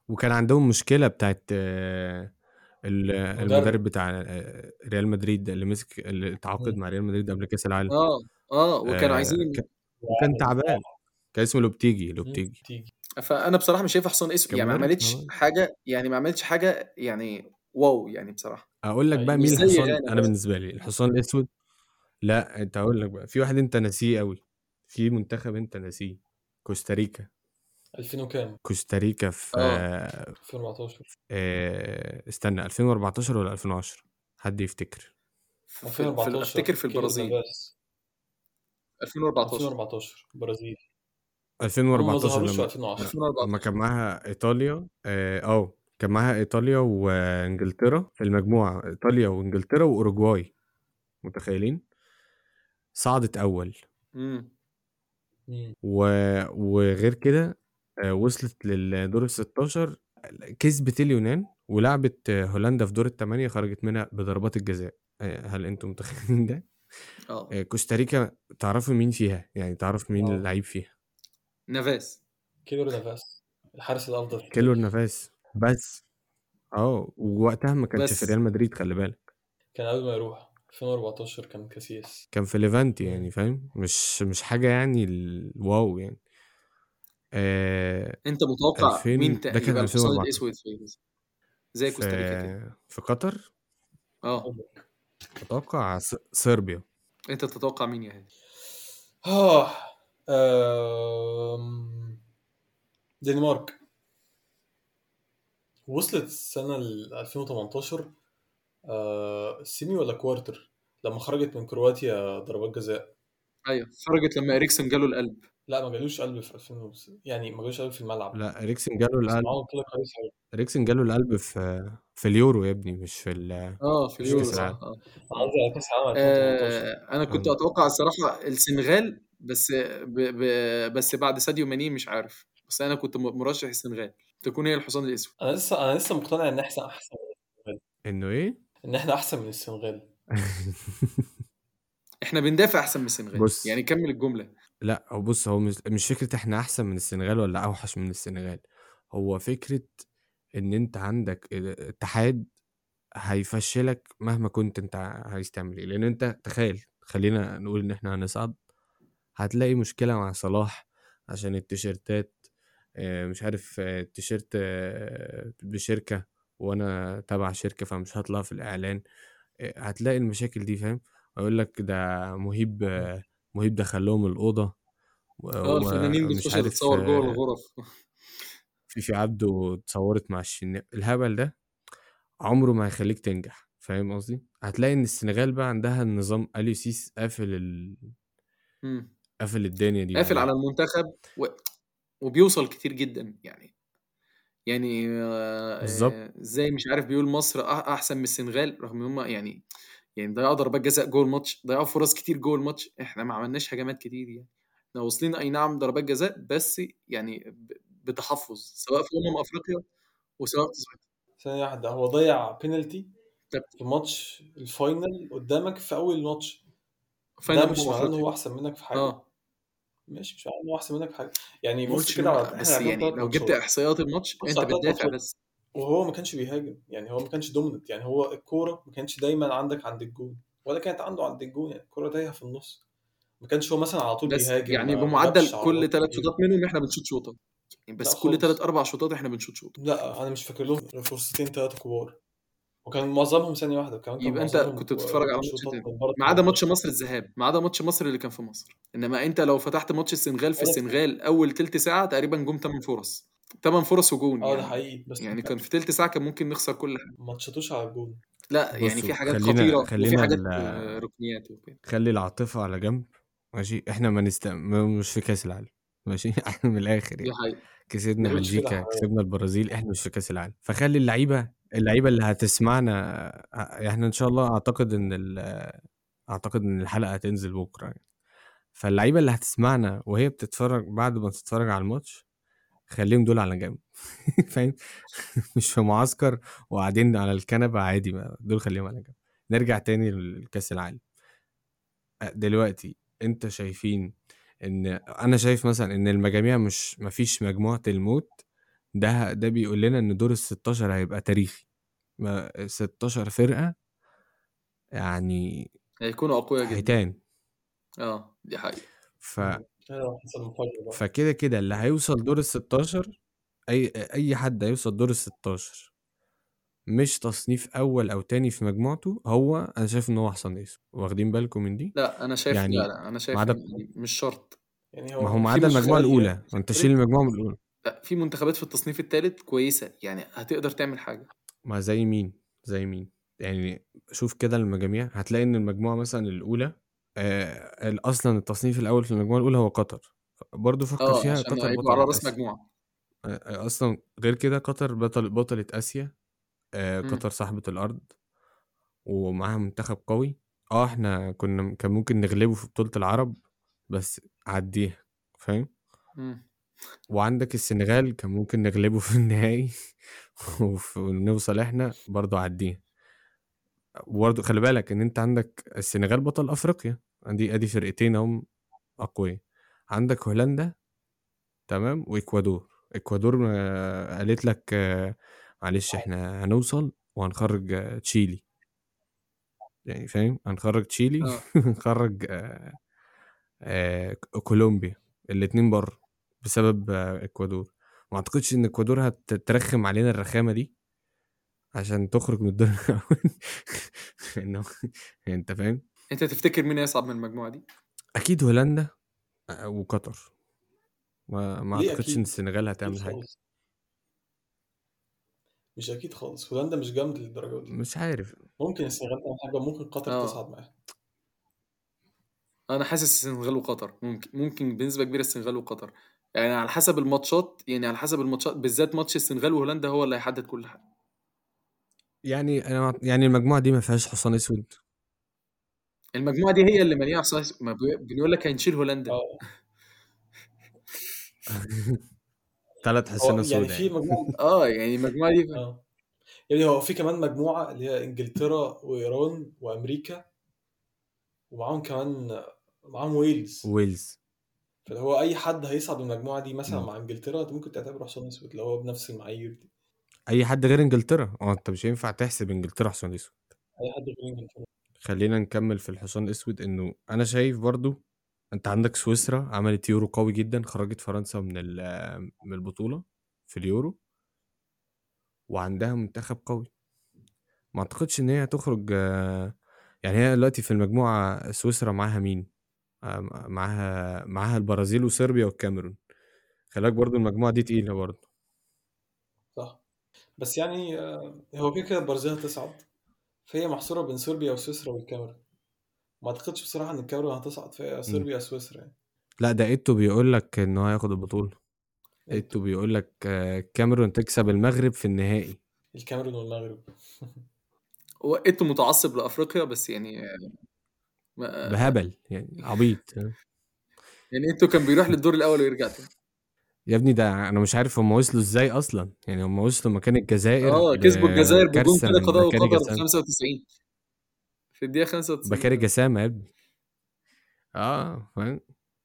[SPEAKER 2] وكان عندهم مشكله بتاعت آه، ال- المدرب
[SPEAKER 1] مدرب.
[SPEAKER 2] بتاع آه، ريال مدريد اللي مسك اللي تعاقد
[SPEAKER 1] مم.
[SPEAKER 2] مع ريال مدريد قبل كاس العالم.
[SPEAKER 3] اه اه وكانوا
[SPEAKER 2] آه،
[SPEAKER 3] عايزين.
[SPEAKER 2] ك- وكان تعبان، كان اسمه لوبتيجي
[SPEAKER 1] مم.
[SPEAKER 2] لوبتيجي
[SPEAKER 1] تيجي.
[SPEAKER 3] فانا بصراحه مش شايفها حصان اسود، يعني ما
[SPEAKER 2] كمدرب
[SPEAKER 3] عملتش
[SPEAKER 2] تعبان.
[SPEAKER 3] حاجه، يعني ما عملتش حاجه يعني واو يعني بصراحه.
[SPEAKER 2] اقول لك بقى
[SPEAKER 1] حقيقي.
[SPEAKER 3] مش
[SPEAKER 2] مين
[SPEAKER 3] زي
[SPEAKER 2] الحصان،
[SPEAKER 3] غانا
[SPEAKER 2] انا
[SPEAKER 3] مثلا.
[SPEAKER 2] بالنسبه لي الحصان الاسود. لا انت هقول لك بقى في واحد انت ناسيه قوي، في منتخب انت ناسيه، كوستاريكا.
[SPEAKER 1] ألفين وكام؟
[SPEAKER 2] كوستاريكا في
[SPEAKER 3] اه
[SPEAKER 2] آه،
[SPEAKER 1] ألفين وأربعتاشر.
[SPEAKER 2] آه، استنى ألفين وأربعتاشر ولا ألفين وعشرة؟ حد يفتكر؟
[SPEAKER 3] في, في, في افتكر
[SPEAKER 1] ألفين وأربعتاشر
[SPEAKER 3] في
[SPEAKER 1] كيلور
[SPEAKER 3] البرازيل.
[SPEAKER 1] نافاس.
[SPEAKER 3] ألفين وأربعتاشر.
[SPEAKER 1] ألفين وأربعتاشر برازيل. هم ما
[SPEAKER 2] ألفين وأربعتاشر
[SPEAKER 1] ظهروش في
[SPEAKER 2] لما
[SPEAKER 1] ألفين وعشرة.
[SPEAKER 2] لما كان
[SPEAKER 3] ألفين وأربعتاشر.
[SPEAKER 2] معاها ايطاليا اه أو كان معاها ايطاليا وانجلترا في المجموعه، ايطاليا وانجلترا واوروجواي، متخيلين؟ صعدت اول.
[SPEAKER 3] امم
[SPEAKER 1] مم.
[SPEAKER 2] و... وغير كده آه، وصلت للدور ال ستاشر، كسبت اليونان ولعبت آه، هولندا في دور الثمانية، خرجت منها بضربات الجزاء. آه، هل انتم متخيلين ده؟
[SPEAKER 3] اه
[SPEAKER 2] آه، كوستاريكا تعرفوا مين فيها؟ يعني تعرفوا مين
[SPEAKER 1] اه
[SPEAKER 2] اللعيب فيها؟
[SPEAKER 3] نافاس.
[SPEAKER 1] كيلور نافاس الحارس الأفضل في
[SPEAKER 2] كيلور
[SPEAKER 1] التاريخ.
[SPEAKER 2] نافاس بس. اه ووقتها ما كانش في
[SPEAKER 3] بس
[SPEAKER 2] ريال مدريد، خلي بالك،
[SPEAKER 1] كان قبل ما يروح ألفين وأربعتاشر كان كاسياس.
[SPEAKER 2] كان في ليفانتي،
[SPEAKER 1] مم.
[SPEAKER 2] يعني فاهم، مش مش حاجة يعني الواو يعني. آه
[SPEAKER 3] انت متوقع مين
[SPEAKER 2] ألفين
[SPEAKER 3] تا-
[SPEAKER 2] ده كان
[SPEAKER 3] يبقى الحصان
[SPEAKER 2] ألفين وأربعتاشر
[SPEAKER 3] الاسود في زي
[SPEAKER 2] في
[SPEAKER 3] كوستاريكا كده؟
[SPEAKER 2] في قطر.
[SPEAKER 3] اه
[SPEAKER 2] اتوقع س- صربيا.
[SPEAKER 3] انت تتوقع مين يا هادي؟
[SPEAKER 1] آه. آم، دنمارك وصلت السنة ال ألفين وتمنتاشر آه سيمي ولا كوارتر لما خرجت من كرواتيا ضربات جزاء.
[SPEAKER 3] ايوه خرجت لما اريكسن جاله القلب.
[SPEAKER 1] لا ما جالوش قلب في ألفين وس- يعني ما جالوش قلب في الملعب.
[SPEAKER 2] لا اريكسن جاله
[SPEAKER 1] بس
[SPEAKER 2] القلب.
[SPEAKER 1] معاهم كده كويس أوي.
[SPEAKER 2] اريكسن جاله القلب في في اليورو يا ابني، مش في ال...
[SPEAKER 3] اه في
[SPEAKER 2] مش في
[SPEAKER 1] اليورو
[SPEAKER 3] اليورو
[SPEAKER 2] كاس
[SPEAKER 1] صح.
[SPEAKER 3] صح
[SPEAKER 2] العالم.
[SPEAKER 3] اه.
[SPEAKER 1] أنا
[SPEAKER 3] اه
[SPEAKER 1] قصدي على كأس العالم ألفين وتمنتاشر.
[SPEAKER 3] آه، انا كنت
[SPEAKER 2] أم،
[SPEAKER 3] اتوقع الصراحه السنغال، بس ب... ب... بس بعد ساديو ماني مش عارف، بس انا كنت م- مرشح السنغال تكون هي الحصان الاسود.
[SPEAKER 1] أنا لسه أنا لسه مقتنع إن إحنا أحسن من السنغال.
[SPEAKER 2] انه ايه؟
[SPEAKER 1] إن إحنا أحسن من السنغال.
[SPEAKER 3] احنا بندافع احسن من السنغال،
[SPEAKER 2] بص،
[SPEAKER 3] يعني كمل الجمله.
[SPEAKER 2] لا هو بص، هو مش مش فكرة احنا احسن من السنغال ولا اوحش من السنغال، هو فكرة ان انت عندك اتحاد هيفشلك مهما كنت انت عايز تعمل ايه. لان انت تخيل، خلينا نقول ان احنا هنصعد، هتلاقي مشكلة مع صلاح عشان التيشيرتات. آه، مش عارف، آه، التيشيرت آه، بشركة وانا تبع شركة فمش هطلع في الاعلان. آه، هتلاقي المشاكل دي، فاهم؟ ويقول لك ده مهيب، آه، مهيب دخل لهم الأوضة و-
[SPEAKER 3] اه الفنانين
[SPEAKER 2] ومش
[SPEAKER 3] بتخش
[SPEAKER 2] عارف،
[SPEAKER 3] تتصور جوه
[SPEAKER 2] آه،
[SPEAKER 3] الغرف.
[SPEAKER 2] فيفي عبده اتصورت مع الشناوي. الهبل ده عمره ما هيخليك تنجح، فاهم قصدي؟ هتلاقي ان السنغال بقى عندها النظام اليو سيس قافل ال...
[SPEAKER 3] مم.
[SPEAKER 2] قافل الدنيا دي
[SPEAKER 3] قافل على
[SPEAKER 2] عليها.
[SPEAKER 3] المنتخب و... وبيوصل كتير جدا يعني. يعني آه،
[SPEAKER 2] بالظبط.
[SPEAKER 3] آه، زي مش عارف بيقول مصر أح- احسن من السنغال، رغم ان هم يعني يعني ضيعوا ضربات جزاء جوه الماتش، ضيعوا فرص كتير جوه الماتش، احنا ما عملناش هجمات كتير يعني. احنا واصلين اي نعم ضربات جزاء، بس يعني ب- بتحفظ سواء في امم افريقيا وسواء في تصفيات.
[SPEAKER 1] ثانية واحدة هو ضيع بينالتي
[SPEAKER 3] طب
[SPEAKER 1] في ماتش الفاينل قدامك في أول ماتش. ده
[SPEAKER 3] فاينل
[SPEAKER 1] مش
[SPEAKER 3] امم
[SPEAKER 1] معناه إن
[SPEAKER 3] افريقيا.
[SPEAKER 1] هو أحسن منك في حاجة.
[SPEAKER 3] اه
[SPEAKER 1] ماشي مش معناه إن هو أحسن منك في حاجة. يعني
[SPEAKER 3] ما
[SPEAKER 1] بص
[SPEAKER 3] قلتش ان
[SPEAKER 1] كده
[SPEAKER 3] هم،
[SPEAKER 1] على إحنا
[SPEAKER 3] بس
[SPEAKER 1] لعبناهم
[SPEAKER 3] يعني
[SPEAKER 1] ثلاث
[SPEAKER 3] لو جبت
[SPEAKER 1] ماتشات.
[SPEAKER 3] احصائيات الماتش
[SPEAKER 1] بص
[SPEAKER 3] انت
[SPEAKER 1] على الثلاث
[SPEAKER 3] بتدافع
[SPEAKER 1] ماتشات
[SPEAKER 3] بس.
[SPEAKER 1] وهو ما كانش بيهاجم. يعني هو ما كانش دوميننت. يعني هو الكورة ما كانتش دايما عندك عند الجون ولا كانت عنده عند الجون. يعني الكورة تايهة في النص. ما كانش هو مثلا على طول
[SPEAKER 3] بس
[SPEAKER 1] بيهاجم.
[SPEAKER 3] يعني
[SPEAKER 1] ما ما جابش
[SPEAKER 3] بمعدل كل
[SPEAKER 1] عرضات
[SPEAKER 3] ثلاث
[SPEAKER 1] كتير.
[SPEAKER 3] شوطات منهم احنا بنشوط شوطه، يعني
[SPEAKER 1] لا
[SPEAKER 3] بس كل ثلاث
[SPEAKER 1] خالص.
[SPEAKER 3] اربع شوطات احنا بنشوط شوطه.
[SPEAKER 1] لا أنا مش فاكر لهم غير فرصتين ثلاثة كبار. وكان معظمهم ثانية واحدة كمان. كان
[SPEAKER 3] يبقى انت
[SPEAKER 1] معظمهم
[SPEAKER 3] كنت بتتفرج على ماتش
[SPEAKER 1] شوطات
[SPEAKER 3] تاني
[SPEAKER 1] من بره ال
[SPEAKER 3] ما عدا ماتش
[SPEAKER 1] تمنتاشر.
[SPEAKER 3] مصر الذهاب، ما عدا ماتش مصر اللي كان في مصر. انما انت لو فتحت ماتش السنغال، في
[SPEAKER 1] ولا في-
[SPEAKER 3] السنغال اول تلت ساعه تقريبا جم ثمان فرص، ثمان فرص وجون
[SPEAKER 1] اه ده
[SPEAKER 3] يعني.
[SPEAKER 1] حقيقي بس
[SPEAKER 3] يعني كان في تلت ساعه كان ممكن نخسر كل حاجه.
[SPEAKER 1] ما تشطوش على الجون.
[SPEAKER 3] لا يعني
[SPEAKER 2] بصوا،
[SPEAKER 3] في حاجات
[SPEAKER 2] خلينا
[SPEAKER 3] خطيره وفي
[SPEAKER 2] خلينا
[SPEAKER 3] حاجات
[SPEAKER 2] ال...
[SPEAKER 3] آه، ركنيات وكده.
[SPEAKER 2] خلي العاطفة على جنب. ماشي، احنا ما نست... م- مش في كأس العالم. ماشي احنا من الآخر
[SPEAKER 3] دي
[SPEAKER 2] يعني
[SPEAKER 3] حقيقه.
[SPEAKER 2] كسبنا
[SPEAKER 1] ما تقولش كده يا
[SPEAKER 2] بلجيكا،
[SPEAKER 1] حماد.
[SPEAKER 2] كسبنا البرازيل، احنا مش في كأس العالم. فخلي اللعيبة اللعيبة اللي هتسمعنا، ع- احنا ان شاء الله اعتقد ان ال... اعتقد ان الحلقة هتنزل بكرة يعني. فاللعيبة اللي هتسمعنا وهي بتتفرج بعد ما تتفرج على الماتش، خليهم دول على جنب. فاهم؟ مش في معسكر وقاعدين على الكنبة عادي، ما دول خليهم على جنب. نرجع تاني لكأس العالم. دلوقتي انت شايفين ان انا شايف مثلا ان المجاميع مش مفيش مجموعة الموت ده ده بيقول لنا ان دور الستاشر هيبقى تاريخي. ما ستاشر فرقة يعني
[SPEAKER 3] هيكونوا اقوياء جدا.
[SPEAKER 2] حيتان.
[SPEAKER 3] اه دي حقيقة.
[SPEAKER 2] ف
[SPEAKER 1] ايوه حصل مفاجأة بقى.
[SPEAKER 2] فكده كده اللي هيوصل دور الستاشر، اي اي حد هيوصل دور الستاشر مش تصنيف اول او تاني في مجموعته، هو انا شايف ان هو حصان اسود. واخدين بالكم من دي؟
[SPEAKER 3] لا انا شايف لا
[SPEAKER 2] يعني
[SPEAKER 3] لا انا
[SPEAKER 2] ما
[SPEAKER 3] شايف
[SPEAKER 2] عدا
[SPEAKER 3] ان مش شرط.
[SPEAKER 1] يعني
[SPEAKER 2] ما هو
[SPEAKER 1] هو
[SPEAKER 2] ما
[SPEAKER 1] في
[SPEAKER 2] عدا المجموعة
[SPEAKER 1] منتخبات
[SPEAKER 2] الأولى،
[SPEAKER 1] يعني
[SPEAKER 2] انت شيل المجموعة من الأولى.
[SPEAKER 3] لا في منتخبات في التصنيف الثالث كويسة، يعني هتقدر تعمل حاجة.
[SPEAKER 2] ما زي مين زي مين يعني شوف كده المجاميع، هتلاقي ان المجموعة مثلا الأولى، آه ال- اصلا التصنيف الأول في المجموعة الأولى هو قطر. برضو فكر
[SPEAKER 3] اه
[SPEAKER 2] فيها،
[SPEAKER 3] عشان
[SPEAKER 2] قطر
[SPEAKER 3] هيبقوا على
[SPEAKER 2] بطلة
[SPEAKER 3] راس
[SPEAKER 2] آسيا.
[SPEAKER 3] مجموعة.
[SPEAKER 2] آه آه، اصلا غير كده قطر بطل بطلة آسيا. آه
[SPEAKER 3] مم.
[SPEAKER 2] قطر صاحبة الأرض ومعاها منتخب قوي. اه احنا كنا كان ممكن نغلبه في بطولة العرب بس عديها، فاهم؟
[SPEAKER 3] مم.
[SPEAKER 2] وعندك السنغال كان ممكن نغلبه في النهائي وف- ونوصل احنا برضو عديها. وبرضو خلي بالك ان انت عندك السنغال بطل افريقيا، ادي ادي فرقتين هم اقوياء. عندك هولندا تمام، واكوادور. اكوادور آه، قالت لك آه، معلش احنا هنوصل وهنخرج آه، تشيلي. يعني فاهم، هنخرج تشيلي
[SPEAKER 3] اه
[SPEAKER 2] هنخرج آه، آه، كولومبيا. الاتنين بره بسبب آه، اكوادور. ما اعتقدش ان اكوادور هتترخم علينا الرخامه دي عشان تخرج من الدور الاول انه انت فاهم.
[SPEAKER 3] انت تفتكر مين يصعد من المجموعة دي؟
[SPEAKER 2] اكيد هولندا آه، وقطر. ما ما
[SPEAKER 1] ليه
[SPEAKER 2] اعتقدش ان
[SPEAKER 1] اكيد؟
[SPEAKER 2] السنغال
[SPEAKER 1] اكيد
[SPEAKER 2] هتعمل حاجه.
[SPEAKER 1] خالص، مش اكيد خالص. هولندا مش جامد للدرجه دي.
[SPEAKER 2] مش عارف.
[SPEAKER 1] ممكن السنغال تعمل حاجه، ممكن قطر تصعد
[SPEAKER 3] اه
[SPEAKER 1] معاها.
[SPEAKER 3] انا حاسس السنغال وقطر ممكن ممكن بنسبة كبيرة السنغال وقطر، يعني على حسب الماتشات، يعني على حسب الماتشات بالذات ماتش السنغال وهولندا هو اللي هيحدد كل حاجة.
[SPEAKER 2] يعني انا يعني المجموعه دي ما فيهاش حصان اسود.
[SPEAKER 3] المجموعة دي هي اللي مليانة احصائيات، ما بي- بيقول لك هنشيل هولندا.
[SPEAKER 1] اه
[SPEAKER 2] ثلاث
[SPEAKER 1] هو
[SPEAKER 2] حصانه
[SPEAKER 1] يعني
[SPEAKER 2] سودا
[SPEAKER 1] في
[SPEAKER 2] يعني.
[SPEAKER 1] مجموعه.
[SPEAKER 3] اه يعني المجموعة دي
[SPEAKER 1] اه يعني هو في كمان مجموعه اللي هي انجلترا وايران وامريكا، ومعاهم كمان معاهم ويلز.
[SPEAKER 2] ويلز.
[SPEAKER 1] فاللي هو اي حد هيصعد من المجموعه دي مثلا
[SPEAKER 2] مم.
[SPEAKER 1] مع انجلترا انت ممكن تعتبره حصان اسود، اللي هو بنفس المعايير دي.
[SPEAKER 2] اي حد غير انجلترا، اه انت مش هينفع تحسب انجلترا حصان اسود.
[SPEAKER 1] اي حد غير انجلترا.
[SPEAKER 2] خلينا نكمل في الحصان الاسود. انه انا شايف برضو انت عندك سويسرا عملت يورو قوي جدا، خرجت فرنسا من ال- من البطوله في اليورو، وعندها منتخب قوي. ما اعتقدش ان هي هتخرج آه، يعني هي دلوقتي في المجموعه سويسرا معاها مين؟ آه، معاها معاها البرازيل وصربيا والكاميرون. خلاك برضو المجموعه دي تقيله برضو.
[SPEAKER 1] صح، بس يعني آه، هو كده كده البرازيل هتصعد، فهي محصوره بين صربيا وسويسرا والكاميرون. ما اعتقدش بصراحه ان الكاميرون هتصعد، فهي
[SPEAKER 2] مم.
[SPEAKER 1] صربيا سويسرا يعني.
[SPEAKER 2] لا ده ايتو بيقول لك ان هو هياخد البطوله. ايتو
[SPEAKER 1] انتوا
[SPEAKER 2] بيقول لك آه، الكاميرون تكسب المغرب في النهائي.
[SPEAKER 1] الكاميرون والمغرب.
[SPEAKER 3] هو انتوا متعصب لافريقيا بس يعني ما
[SPEAKER 2] بهبل يعني عبيط.
[SPEAKER 3] يعني انتوا كان بيروح للدور الاول ويرجع تاني.
[SPEAKER 2] يا ابني ده انا مش عارف هم وصلوا ازاي اصلا. يعني هم وصلوا مكان الجزائر
[SPEAKER 3] اه كسبوا الجزائر بجون
[SPEAKER 2] بكارثه
[SPEAKER 3] كده
[SPEAKER 2] من
[SPEAKER 3] قضاء
[SPEAKER 2] بكاري
[SPEAKER 3] وقدر في
[SPEAKER 2] جسام.
[SPEAKER 3] خمسة وتسعين، في الدقيقة خمسة وتسعين.
[SPEAKER 2] بكاري
[SPEAKER 3] اه
[SPEAKER 2] جسام يا ابني. اه فاهم.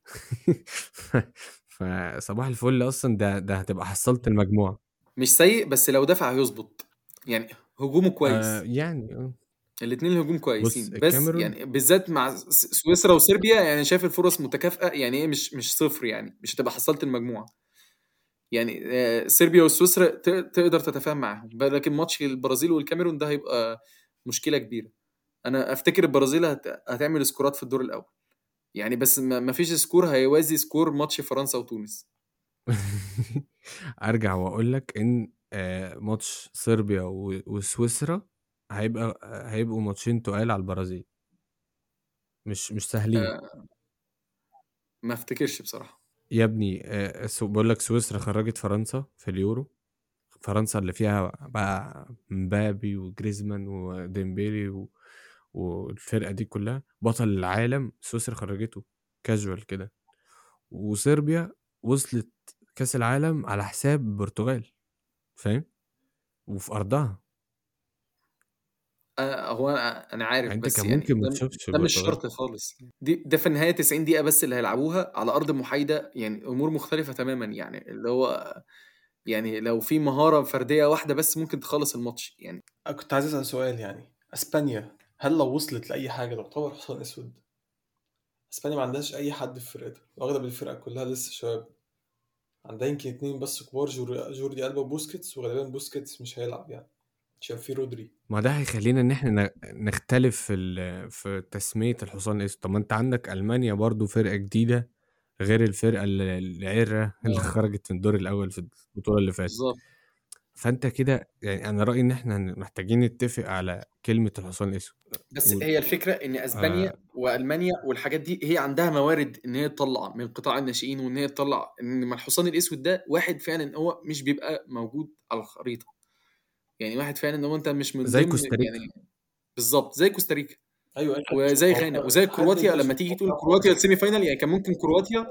[SPEAKER 2] فصباح الفل اصلا، ده ده هتبقى حصلت المجموعه.
[SPEAKER 3] مش سيء بس لو دفع هيظبط، يعني هجومه
[SPEAKER 2] آه
[SPEAKER 3] كويس.
[SPEAKER 2] يعني آه.
[SPEAKER 3] الاثنين الهجوم
[SPEAKER 2] بص
[SPEAKER 3] كويسين بس
[SPEAKER 2] الكاميرون.
[SPEAKER 3] يعني بالذات مع س- سويسرا وصربيا، يعني شايف الفرص متكافئة، يعني ايه مش مش صفر، يعني مش هتبقى حصلت المجموعة. يعني آه، صربيا وسويسرا ت- تقدر تتفاهم معاهم، لكن ماتش البرازيل والكاميرون ده هيبقى مشكلة كبيرة. انا افتكر البرازيل هت... هتعمل سكورات في الدور الاول، يعني بس ما ما فيش سكور هيوازي سكور ماتش فرنسا وتونس.
[SPEAKER 2] ارجع واقول لك ان آه ماتش صربيا و- وسويسرا هيبقى هيبقوا ماتشين تقال على البرازيل. مش مش سهلين.
[SPEAKER 3] آه، ما افتكرش بصراحة.
[SPEAKER 2] يا ابني آه، سو- بقول لك سويسرا خرجت فرنسا في اليورو. فرنسا اللي فيها بقى مبابي وجريزمان وديمبيلي و... والفرقة دي كلها بطل العالم، سويسرا خرجته كاجوال كده. وصربيا وصلت كأس العالم على حساب البرتغال، فاهم؟ وفي أرضها.
[SPEAKER 3] آه، هو انا أنا عارف
[SPEAKER 2] يعني انت
[SPEAKER 3] بس
[SPEAKER 2] كان
[SPEAKER 3] يعني
[SPEAKER 2] ممكن ما
[SPEAKER 3] ده
[SPEAKER 2] تشوفش
[SPEAKER 3] ده مش
[SPEAKER 2] البرتغال.
[SPEAKER 3] شرط خالص. دي ده في النهاية تسعين دقيقة بس اللي هيلعبوها على أرض محايدة، يعني أمور مختلفة تماما، يعني اللي هو يعني لو في مهاره فرديه واحده بس ممكن تخلص الماتش يعني.
[SPEAKER 1] أنا كنت عايز اسال سؤال، يعني اسبانيا هل لو وصلت لاي حاجه تعتبر حصان اسود؟ اسبانيا ما عندهاش اي حد في فرقتها، واخده بالفرقه كلها لسه شباب، عندها يمكن اتنين بس كبار، جور- جوردي ألبا وبوسكيتس، وغالبا بوسكيتس مش هيلعب يعني، عشان في رودري.
[SPEAKER 2] ما ده هيخلينا ان احنا ن- نختلف في ال- في تسمية الحصان الاسود. طب ما انت عندك المانيا برضو فرقة جديدة غير الفرقة ال- العرة اللي
[SPEAKER 3] اه
[SPEAKER 2] خرجت من الدور الاول في البطولة اللي فاتت.
[SPEAKER 3] بالظبط.
[SPEAKER 2] فانت كده يعني انا رأيي ان احنا محتاجين نتفق على كلمة الحصان الاسود.
[SPEAKER 3] بس
[SPEAKER 2] و...
[SPEAKER 3] هي الفكره ان اسبانيا
[SPEAKER 2] آه
[SPEAKER 3] والمانيا والحاجات دي هي عندها موارد ان هي تطلع من قطاع الناشئين، وان هي تطلع ان ما الحصان الاسود ده واحد فعلا هو مش بيبقى موجود على الخريطه. يعني واحد فعلا ان هو انت مش من
[SPEAKER 2] زي
[SPEAKER 3] ضمن
[SPEAKER 2] كوستاريكا.
[SPEAKER 3] يعني. بالظبط زي كوستاريكا
[SPEAKER 1] ايوه انت مش
[SPEAKER 3] وزي غانا
[SPEAKER 1] متوقع
[SPEAKER 3] وزي
[SPEAKER 1] حد،
[SPEAKER 3] كرواتيا.
[SPEAKER 1] انت مش
[SPEAKER 3] لما تيجي تقول
[SPEAKER 1] متوقع
[SPEAKER 3] كرواتيا
[SPEAKER 1] خالص.
[SPEAKER 3] السيمي فاينال يعني كان ممكن كرواتيا.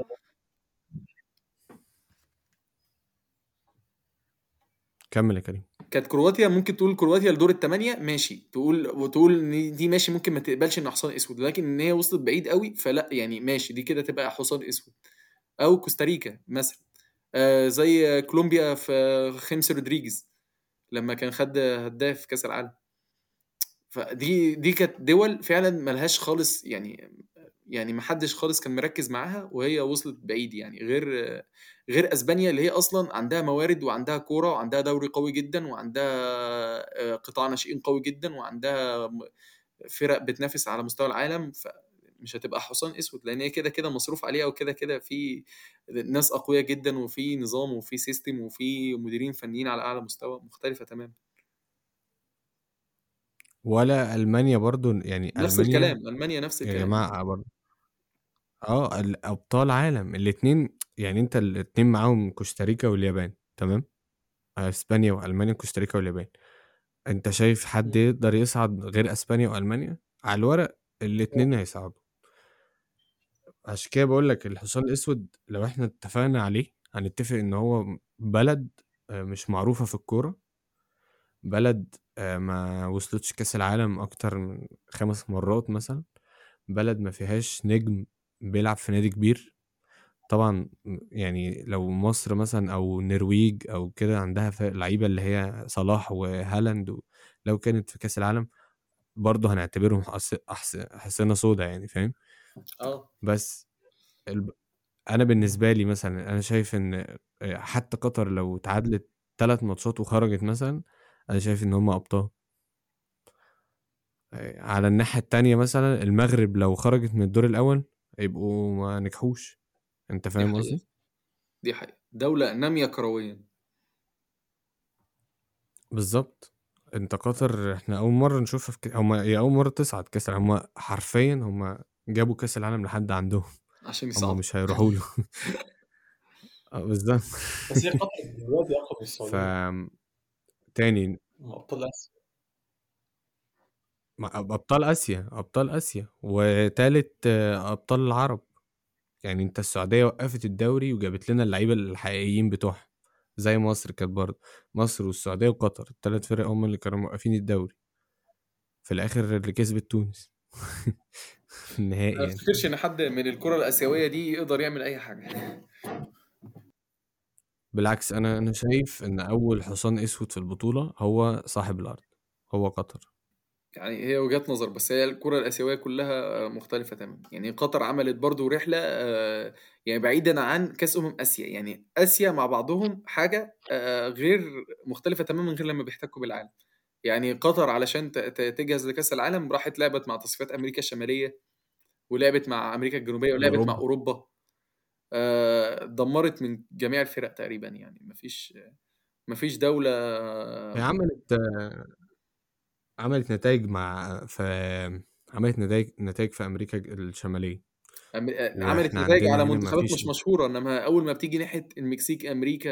[SPEAKER 2] كمل يا كريم.
[SPEAKER 3] كانت كرواتيا ممكن تقول كرواتيا لدور الثمانيه ماشي، تقول وتقول ان دي ماشي ممكن ما تقبلش ان حصان اسود، لكن ان هي وصلت بعيد قوي فلا يعني ماشي دي كده تبقى حصان اسود. او كوستاريكا مثلا، آه زي كولومبيا في خيمس رودريجيز لما كان خد هداف كاس العالم. فدي دي كانت دول فعلا ملهاش خالص يعني، يعني ما حدش خالص كان مركز معاها وهي وصلت بعيد يعني. غير غير اسبانيا اللي هي اصلا عندها موارد وعندها كوره وعندها دوري قوي جدا وعندها آه، قطاع ناشئين قوي جدا وعندها م- فرق بتنافس على مستوى العالم. فمش هتبقى حصان اسود لان هي كده كده مصروف عليها وكده كده في ناس اقوياء جدا وفي نظام وفي سيستم وفي مديرين فنيين على اعلى مستوى مختلفه تماما.
[SPEAKER 2] ولا المانيا برضو يعني
[SPEAKER 3] نفس
[SPEAKER 2] المانيا
[SPEAKER 3] الكلام المانيا نفس
[SPEAKER 2] يا
[SPEAKER 3] الكلام.
[SPEAKER 2] جماعة برضو اه الابطال عالم الاتنين. يعني انت الاتنين معاهم كوستاريكا واليابان، تمام؟ اسبانيا والمانيا، كوستاريكا واليابان. انت شايف حد
[SPEAKER 3] مم.
[SPEAKER 2] يقدر يصعد غير اسبانيا والمانيا؟ على الورق الاتنين هيصعدوا. عشان كده بقول لك الحصان الاسود لو احنا اتفقنا عليه هنتفق ان هو بلد آه، مش معروفة في الكورة، بلد آه، ما وصلتش كاس العالم اكتر من خمس مرات مثلا، بلد ما فيهاش نجم بيلعب في نادي كبير. طبعا يعني لو مصر مثلا او النرويج او كده عندها ف- لعيبه اللي هي صلاح وهالاند و- لو كانت في كاس العالم برضه هنعتبرهم حص- أحس- حصانه سودا يعني، فاهم؟
[SPEAKER 3] اه
[SPEAKER 2] بس الب... انا بالنسبه لي مثلا انا شايف ان آه، حتى قطر لو تعادلت ثلاث ماتشات وخرجت مثلا، انا شايف ان هم ابطال. آه، على الناحيه التانية مثلا المغرب لو خرجت من الدور الاول يبقوا ما نجحوش. انت
[SPEAKER 3] دي
[SPEAKER 2] فاهم
[SPEAKER 3] حقيقة.
[SPEAKER 2] قصدي؟
[SPEAKER 3] دي حقيقة دولة نامية كرويا.
[SPEAKER 2] بالظبط. انت قطر احنا اول مره نشوفها في ك... هم هي اول مره تصعد كاس العالم. هم حرفيا هم جابوا كاس العالم لحد عندهم.
[SPEAKER 3] عشان
[SPEAKER 2] هم
[SPEAKER 3] يصعدوا.
[SPEAKER 2] مش هيروحوا له. اه بالظبط.
[SPEAKER 1] بس هي قطر دلوقتي اقوى من
[SPEAKER 2] ف
[SPEAKER 1] السعوديه،
[SPEAKER 2] تاني
[SPEAKER 1] هم ابطال اسيا.
[SPEAKER 2] مع- ابطال اسيا، ابطال اسيا وتالت آه، ابطال العرب. يعني انت السعوديه وقفت الدوري وجابت لنا اللعيبه الحقيقيين بتوعها، زي مصر كانت برضه. مصر والسعوديه وقطر الثلاث فرق هم اللي كانوا موقفين الدوري، في الاخر اللي كسبت تونس في النهائي
[SPEAKER 3] ما
[SPEAKER 2] يعني.
[SPEAKER 3] افتكرش ان حد من الكرة الآسيوية دي يقدر يعمل اي حاجة.
[SPEAKER 2] بالعكس انا انا شايف ان اول حصان اسود في البطوله هو صاحب الارض، هو قطر.
[SPEAKER 3] يعني هي وجهات نظر بس هي الكرة الآسيوية كلها مختلفة تماما. يعني قطر عملت برضو رحلة آه، يعني بعيدا عن كأس أمم آسيا. يعني آسيا مع بعضهم حاجة آه، غير مختلفة تماما غير لما بيحتكوا بالعالم. يعني قطر علشان ت- ت- تجهز لكأس العالم راحت لعبت مع تصفيات أمريكا الشمالية ولعبت مع أمريكا الجنوبية ولعبت مع
[SPEAKER 2] واوروبا.
[SPEAKER 3] أوروبا. آه، دمرت من جميع الفرق تقريبا. يعني مفيش مفيش دولة.
[SPEAKER 2] هي عملت عملت نتائج مع في عملت نتائج نتائج في امريكا الشماليه،
[SPEAKER 3] أم- عملت
[SPEAKER 2] واحنا
[SPEAKER 3] نتائج
[SPEAKER 2] عندنا
[SPEAKER 3] على
[SPEAKER 2] هنا ما
[SPEAKER 3] منتخبات
[SPEAKER 2] فيش.
[SPEAKER 3] مش مشهورة، انما اول ما بتيجي ناحية المكسيك امريكا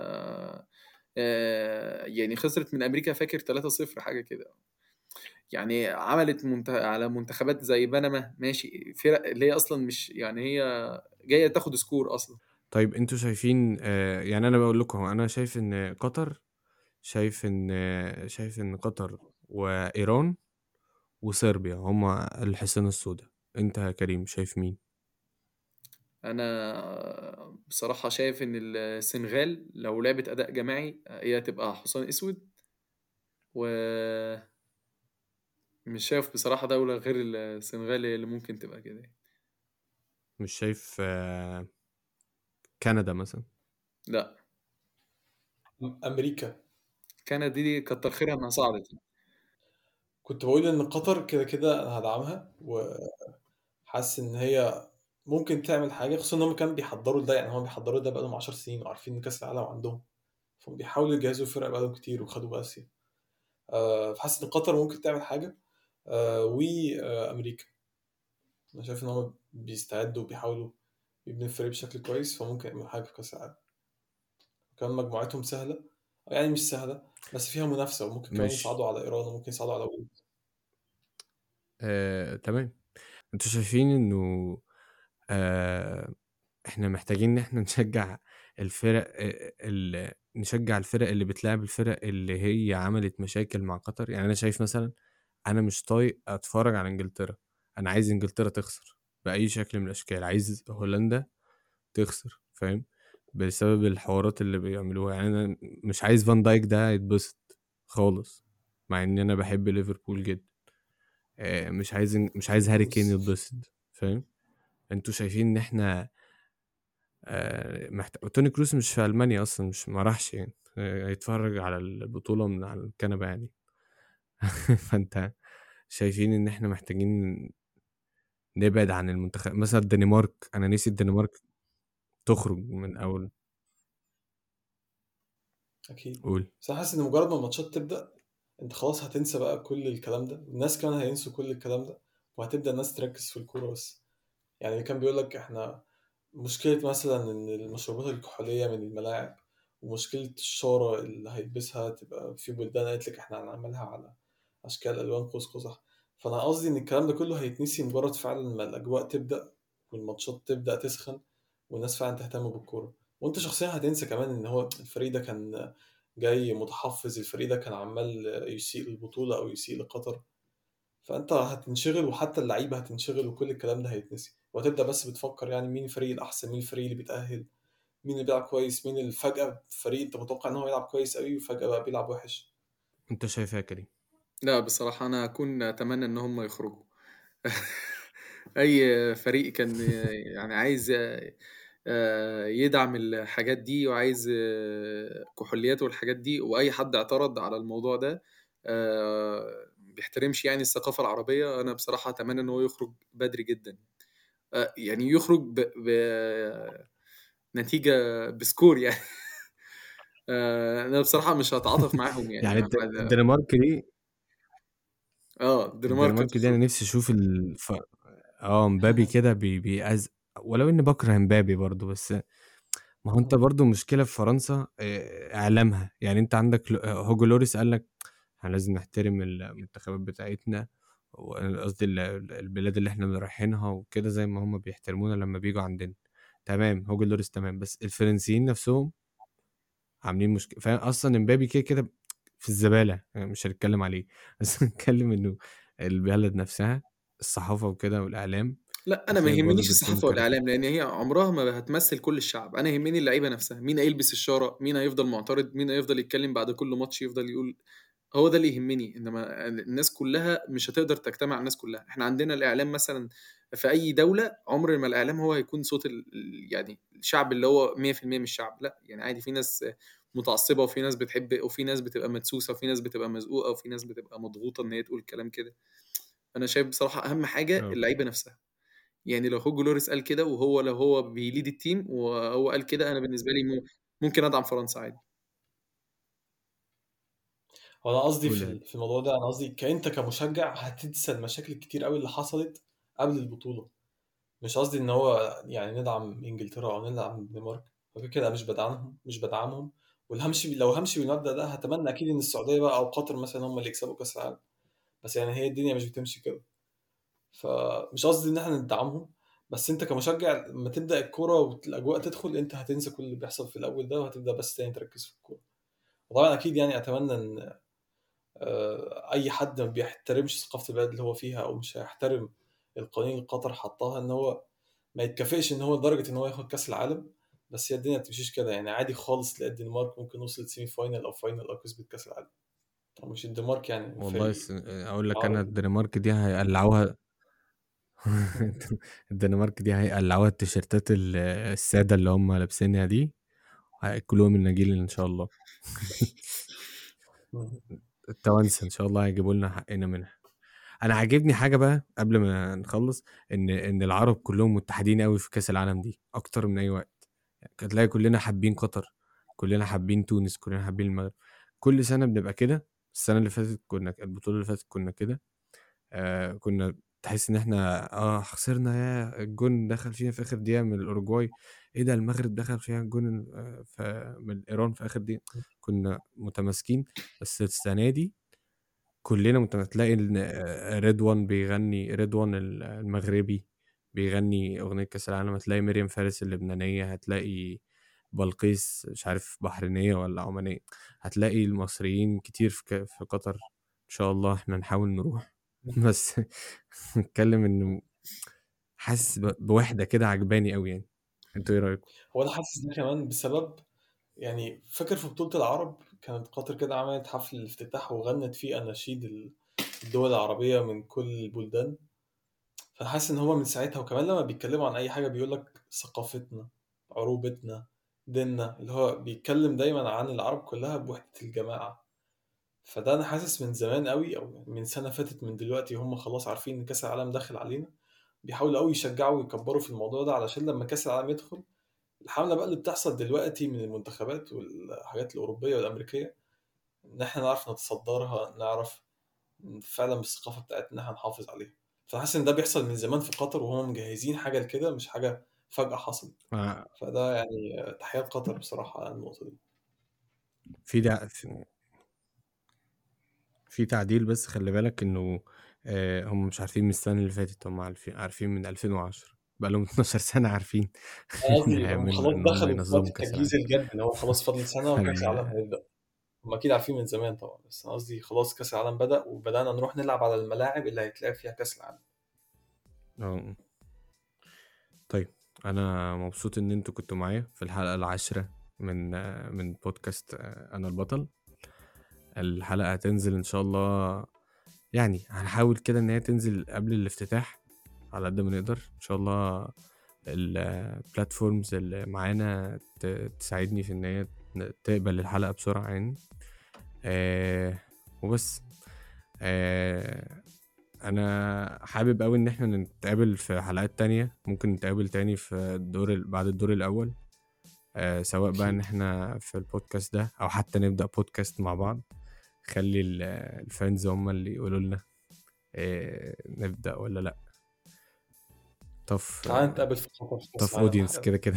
[SPEAKER 3] آه، يعني خسرت من امريكا فاكر ثلاثة صفر حاجة كده. يعني عملت منت... على منتخبات زي بنما ماشي فرق اللي هي اصلا مش يعني هي جاية تاخد سكور اصلا.
[SPEAKER 2] طيب انتوا شايفين آه، يعني انا بقول لكم انا شايف ان قطر شايف ان آه، شايف ان قطر وايران وصربيا هما الحصان السوداء. انت يا كريم شايف مين؟
[SPEAKER 3] انا بصراحة شايف ان السنغال لو لعبت اداء جماعي هي هتبقى حصان اسود، ومش شايف بصراحة دولة غير السنغال هي اللي ممكن تبقى كده.
[SPEAKER 2] مش شايف آه، كندا مثلا؟
[SPEAKER 3] لا،
[SPEAKER 1] امريكا.
[SPEAKER 3] كندا دي كتر خيرها انها صعدت.
[SPEAKER 1] كنت بقول ان قطر كده كده انا هدعمها، وحاسس ان هي ممكن تعمل حاجه، خصوصا ان هم كانوا بيحضروا ده، يعني هم بيحضروا ده بقالهم 10 سنين وعارفين ان كاس العالم عندهم، فهم بيحاولوا يجهزوا فرق بقالهم كتير وخدوا باسيا. أه فحاسس ان قطر ممكن تعمل حاجه. أه وامريكا انا شايف ان هم بيستعدوا وبيحاولوا يبنوا الفريق بشكل كويس، فممكن يعملوا حاجه في كاس العالم. كمان مجموعتهم سهله، يعني مش سهله بس فيها منافسه، وممكن كمان
[SPEAKER 2] مش
[SPEAKER 1] يصعدوا على ايران وممكن يصعدوا على ويلز.
[SPEAKER 2] آه، تمام. انتوا شايفين انه آه، احنا محتاجين ان احنا نشجع الفرق آه، اللي نشجع الفرق اللي بتلعب الفرق اللي هي عملت مشاكل مع قطر؟ يعني انا شايف مثلا، انا مش طايق اتفرج على انجلترا. انا عايز انجلترا تخسر باي شكل من الاشكال، عايز هولندا تخسر، فاهم؟ بسبب الحوارات اللي بيعملوها. يعني انا مش عايز فان دايك ده يتبسط خالص، مع ان انا بحب ليفربول جدا. آه، مش عايز مش عايز هاري كين
[SPEAKER 1] بص،
[SPEAKER 2] يتبسط، فاهم؟ انتوا شايفين ان احنا آه، محتاج توني كروس مش في المانيا اصلا، مش ما راحش يعني آه، هيتفرج على البطوله من على الكنبه يعني. فانت شايفين ان احنا محتاجين نبعد عن المنتخب مثلا الدنمارك؟ انا نسي الدنمارك تخرج من اول.
[SPEAKER 1] اكيد.
[SPEAKER 2] قول.
[SPEAKER 1] بس انا حاسس ان مجرد ما الماتشات تبدا انت خلاص هتنسى بقى كل الكلام ده، الناس كمان هينسوا كل الكلام ده، وهتبدا الناس تركز في الكوره بس. يعني اللي كان بيقول لك احنا مشكله مثلا ان المشروبات الكحوليه من الملاعب، ومشكله الشاره اللي هيلبسها تبقى في بلدان قالت لك احنا هنعملها على اشكال الوان قوس قزح. فانا قصدي ان الكلام ده كله هيتنسي مجرد فعلا ما الاجواء تبدا والماتشات تبدا تسخن والناس فعلا تهتم بالكوره. وانت شخصيا هتنسى كمان ان هو الفريق ده كان جاي متحفز، الفريق ده كان عمال يسيء للبطولة أو يسيء لقطر. فأنت هتنشغل وحتى اللعيبة هتنشغل وكل الكلام ده هيتنسي، وهتبدأ بس بتفكر يعني مين الفريق الأحسن، مين الفريق اللي بيتأهل، مين اللي بيلعب كويس، مين اللي فجأة فريق أنت متوقع إن هو يلعب كويس قوي وفجأة بقى بيلعب وحش.
[SPEAKER 2] انت شايفها يا كريم؟
[SPEAKER 3] لا بصراحة انا اكون اتمنى ان هم يخرجوا. اي فريق كان يعني عايز آه، يدعم الحاجات دي وعايز آه، كحوليات والحاجات دي، واي حد اعترض على الموضوع ده آه، بيحترمش يعني الثقافة العربية. انا بصراحة اتمنى ان هو يخرج بدري جدا، آه، يعني يخرج بنتيجة بسكور يعني. آه، انا بصراحة مش هتعاطف معاهم يعني
[SPEAKER 2] يعني
[SPEAKER 3] مهما
[SPEAKER 2] الد-
[SPEAKER 3] ده-
[SPEAKER 2] الدنمارك دي
[SPEAKER 3] اه الدنمارك
[SPEAKER 2] الدنمارك دي انا
[SPEAKER 3] تخرج.
[SPEAKER 2] نفسي اشوف الف... اه مبابي كده بي... بيأز، ولو اني بكره مبابي برضو، بس ما هو انت برضو مشكلة في فرنسا آه، اعلامها. يعني انت عندك ل- آه، هوجو لوريس قال لك احنا لازم نحترم المنتخبات بتاعتنا، قصدي ال- ال- البلاد اللي احنا رايحينها وكده، زي ما هم بيحترمونا لما بيجوا عندنا. تمام، هوجو لوريس تمام، بس الفرنسيين نفسهم عاملين مشكلة. فاهم؟ اصلا امبابي كده كده في الزبالة، يعني مش هنتكلم عليه. بس نتكلم انه البلد نفسها، الصحافة وكده والاعلام،
[SPEAKER 3] لا انا ما
[SPEAKER 2] هتلاقي برضو
[SPEAKER 3] يهمنيش
[SPEAKER 2] بيرسموا
[SPEAKER 3] الصحافه
[SPEAKER 2] كاريكاتير.
[SPEAKER 3] والاعلام، لان هي عمرها ما هتمثل كل الشعب. انا يهمني اللعيبه نفسها، مين هيلبس الشاره، مين هيفضل معترض، مين هيفضل يتكلم بعد كل ماتش يفضل يقول. هو ده اللي يهمني، انما الناس كلها مش هتقدر تجتمع. الناس كلها، احنا عندنا الاعلام مثلا في اي دوله، عمر ما الاعلام هو هيكون صوت ال... يعني الشعب اللي هو مية في المية من الشعب. لا يعني عادي، في ناس متعصبه وفي ناس بتحب وفي ناس بتبقى مدسوسه وفي ناس بتبقى مزقوقه وفي ناس بتبقى مضغوطه ان هي تقول كلام كده. انا شايف بصراحه اهم حاجه
[SPEAKER 2] اه.
[SPEAKER 3] اللعيبه نفسها. يعني لو هوجو لوريس قال كده، وهو لو هو بيليد التيم وهو قال كده، انا بالنسبه لي مم- ممكن ادعم فرنسا عادي.
[SPEAKER 1] هو انا قصدي
[SPEAKER 2] قول
[SPEAKER 1] في
[SPEAKER 2] يعني.
[SPEAKER 1] ال- في الموضوع ده، انا قصدي كأنت كمشجع هتنسى المشاكل الكتير قوي اللي حصلت قبل البطولة. مش قصدي ان هو يعني ندعم انجلترا او ندعم الدنمارك، وكده كده مش بدعمهم مش بدعمهم. والهمشي لو همشي بالمبدأ ده هتمنى اكيد ان السعودية بقى او قطر مثلا هم اللي يكسبوا كاس العالم. بس يعني هي الدنيا مش بتمشي كده، فمش قصدي ان احنا ندعمهم. بس انت كمشجع لما تبدأ الكورة والاجواء تدخل انت هتنسى كل اللي بيحصل في الاول ده، وهتبدأ بس تاني تركز في الكورة. وطبعا اكيد يعني اتمنى ان آه، اي حد ما بيحترمش ثقافة البلد اللي هو فيها او مش هيحترم القوانين اللي قطر حطاها ان هو ما يتكافئش ان هو لدرجه ان هو ياخد كاس العالم، بس هي الدنيا ما بتمشيش كده يعني. عادي خالص تلاقي الدنمارك ممكن وصلت سيمي فاينل او فاينل او كسبت كاس العالم. طب مش الدنمارك يعني
[SPEAKER 2] والله س...
[SPEAKER 1] فريق
[SPEAKER 2] اقول لك انا
[SPEAKER 1] عربي؟
[SPEAKER 2] الدنمارك دي هيقلعوها. الدنمارك دي هيقلعوها التيشيرتات ال- السادة اللي هم لابسينها دي، هياكلوها من النجيل ان شاء الله. التوانسه ان شاء الله هيجيبوا لنا حقنا منها. انا عاجبني حاجه بقى قبل ما نخلص، ان ان العرب كلهم متحدين قوي في كاس العالم دي اكتر من اي وقت. يعني هتلاقي كلنا حابين قطر، كلنا حابين تونس، كلنا حابين المغرب. كل سنه بنبقى كده. السنه اللي فاتت كنا البطوله اللي فاتت كنا كده. آه كنا تحس ان احنا اه خسرنا، يا الجون دخل فينا في اخر دقيقه من الاوروجواي، ايه ده المغرب دخل فيها الجون آه، ف- من ايران في اخر دقيقه. كنا متماسكين. بس السنه دي كلنا مت- تلاقي إن، آه، رضوان بيغني، رضوان ال- المغربي بيغني اغنيه كاس العالم، هتلاقي مريم فارس اللبنانيه، هتلاقي بلقيس مش عارف بحرينيه ولا عمانيه، هتلاقي المصريين كتير في ك- في قطر. ان شاء الله احنا نحاول نروح. بس نتكلم انه حاسس ب- بوحده كده عجباني قوي يعني. انتوا ايه رايكم؟
[SPEAKER 1] هو انا حاسس ده كمان بسبب، يعني فاكر في بطولة العرب كانت قطر كده عملت حفل الافتتاح وغنت فيه أناشيد الدول العربية من كل البلدان. فحاسس إن هما من ساعتها، وكمان لما بيتكلموا عن أي حاجة بيقولك ثقافتنا، عروبتنا، ديننا، اللي هو بيتكلم دايما عن العرب كلها بوحدة الجماعة. فده أنا حاسس من زمان قوي، أو من سنة فاتت من دلوقتي هم خلاص عارفين إن كأس العالم داخل علينا، بيحاولوا قوي يشجعوا ويكبروا في الموضوع ده علشان لما كأس العالم يدخل، الحملة بقى اللي بتحصل دلوقتي من المنتخبات والحاجات الأوروبية والأمريكية، إن إحنا نعرف نتصدرها، نعرف فعلا بالثقافة بتاعتنا إن إحنا نحافظ عليها. فحاسس إن ده بيحصل من زمان في قطر، وهم مجهزين حاجة لكده، مش حاجة فجأة حصلت.
[SPEAKER 2] آه،
[SPEAKER 1] فده يعني تحيات قطر بصراحة على النقطة دي.
[SPEAKER 2] في دع... في في تعديل بس خلي بالك انه آه، هم مش عارفين من السنه اللي فاتت، هم عارفين عارفين من ألفين وعشرة، بقى لهم اتناشر سنه عارفين
[SPEAKER 1] أنا
[SPEAKER 2] ان
[SPEAKER 1] قصدي هم
[SPEAKER 2] هيعملوا
[SPEAKER 1] خلاص
[SPEAKER 2] ان هم
[SPEAKER 1] دخلوا في وقت
[SPEAKER 2] ينظموا كاس العالم.
[SPEAKER 1] التجهيز الجد، إن هو خلاص فاضل سنة وكأس
[SPEAKER 2] فال...
[SPEAKER 1] العالم هيبدأ. هم أكيد عارفين من زمان طبعا، بس أنا قصدي خلاص كأس العالم بدأ، وبدأنا نروح نلعب على الملاعب اللي هيتلعب فيها كأس العالم.
[SPEAKER 2] آه. طيب انا مبسوط ان انتوا كنتوا معايا في الحلقه العاشرة من آه، من بودكاست آه، انا البطل. الحلقه هتنزل ان شاء الله، يعني هنحاول كده ان هي تنزل قبل الافتتاح على قد ما نقدر ان شاء الله. البلاتفورمز اللي معانا ت- تساعدني في ان هي تقبل الحلقة بسرعة يعني. آه وبس. آه انا حابب قوي ان احنا نتقابل في حلقات تانية، ممكن نتقابل تاني في الدور ال- بعد الدور الاول. آه سواء بقى ان
[SPEAKER 1] أكيد.
[SPEAKER 2] احنا في البودكاست ده او حتى نبدأ بودكاست مع بعض. خلي ال- الفانز هم اللي يقولوا لنا آه نبدأ ولا لا. طف
[SPEAKER 1] تعال نتقابل في قطر في كأس
[SPEAKER 2] طف
[SPEAKER 1] العالم
[SPEAKER 2] اودينس
[SPEAKER 1] حالا.
[SPEAKER 2] كده كده.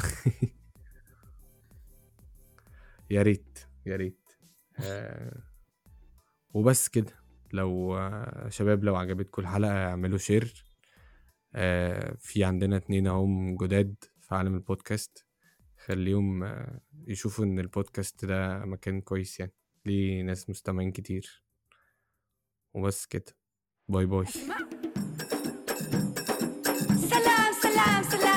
[SPEAKER 2] يا ريت يا ريت. آه وبس كده. لو آه شباب لو عجبتكم الحلقة اعملوا شير. آه في عندنا اتنين اهم جداد في عالم البودكاست، خليهم آه يشوفوا ان البودكاست ده مكان كويس يعني، ليه ناس مستمعين كتير. وبس كده. باي باي.
[SPEAKER 4] سلام سلام سلام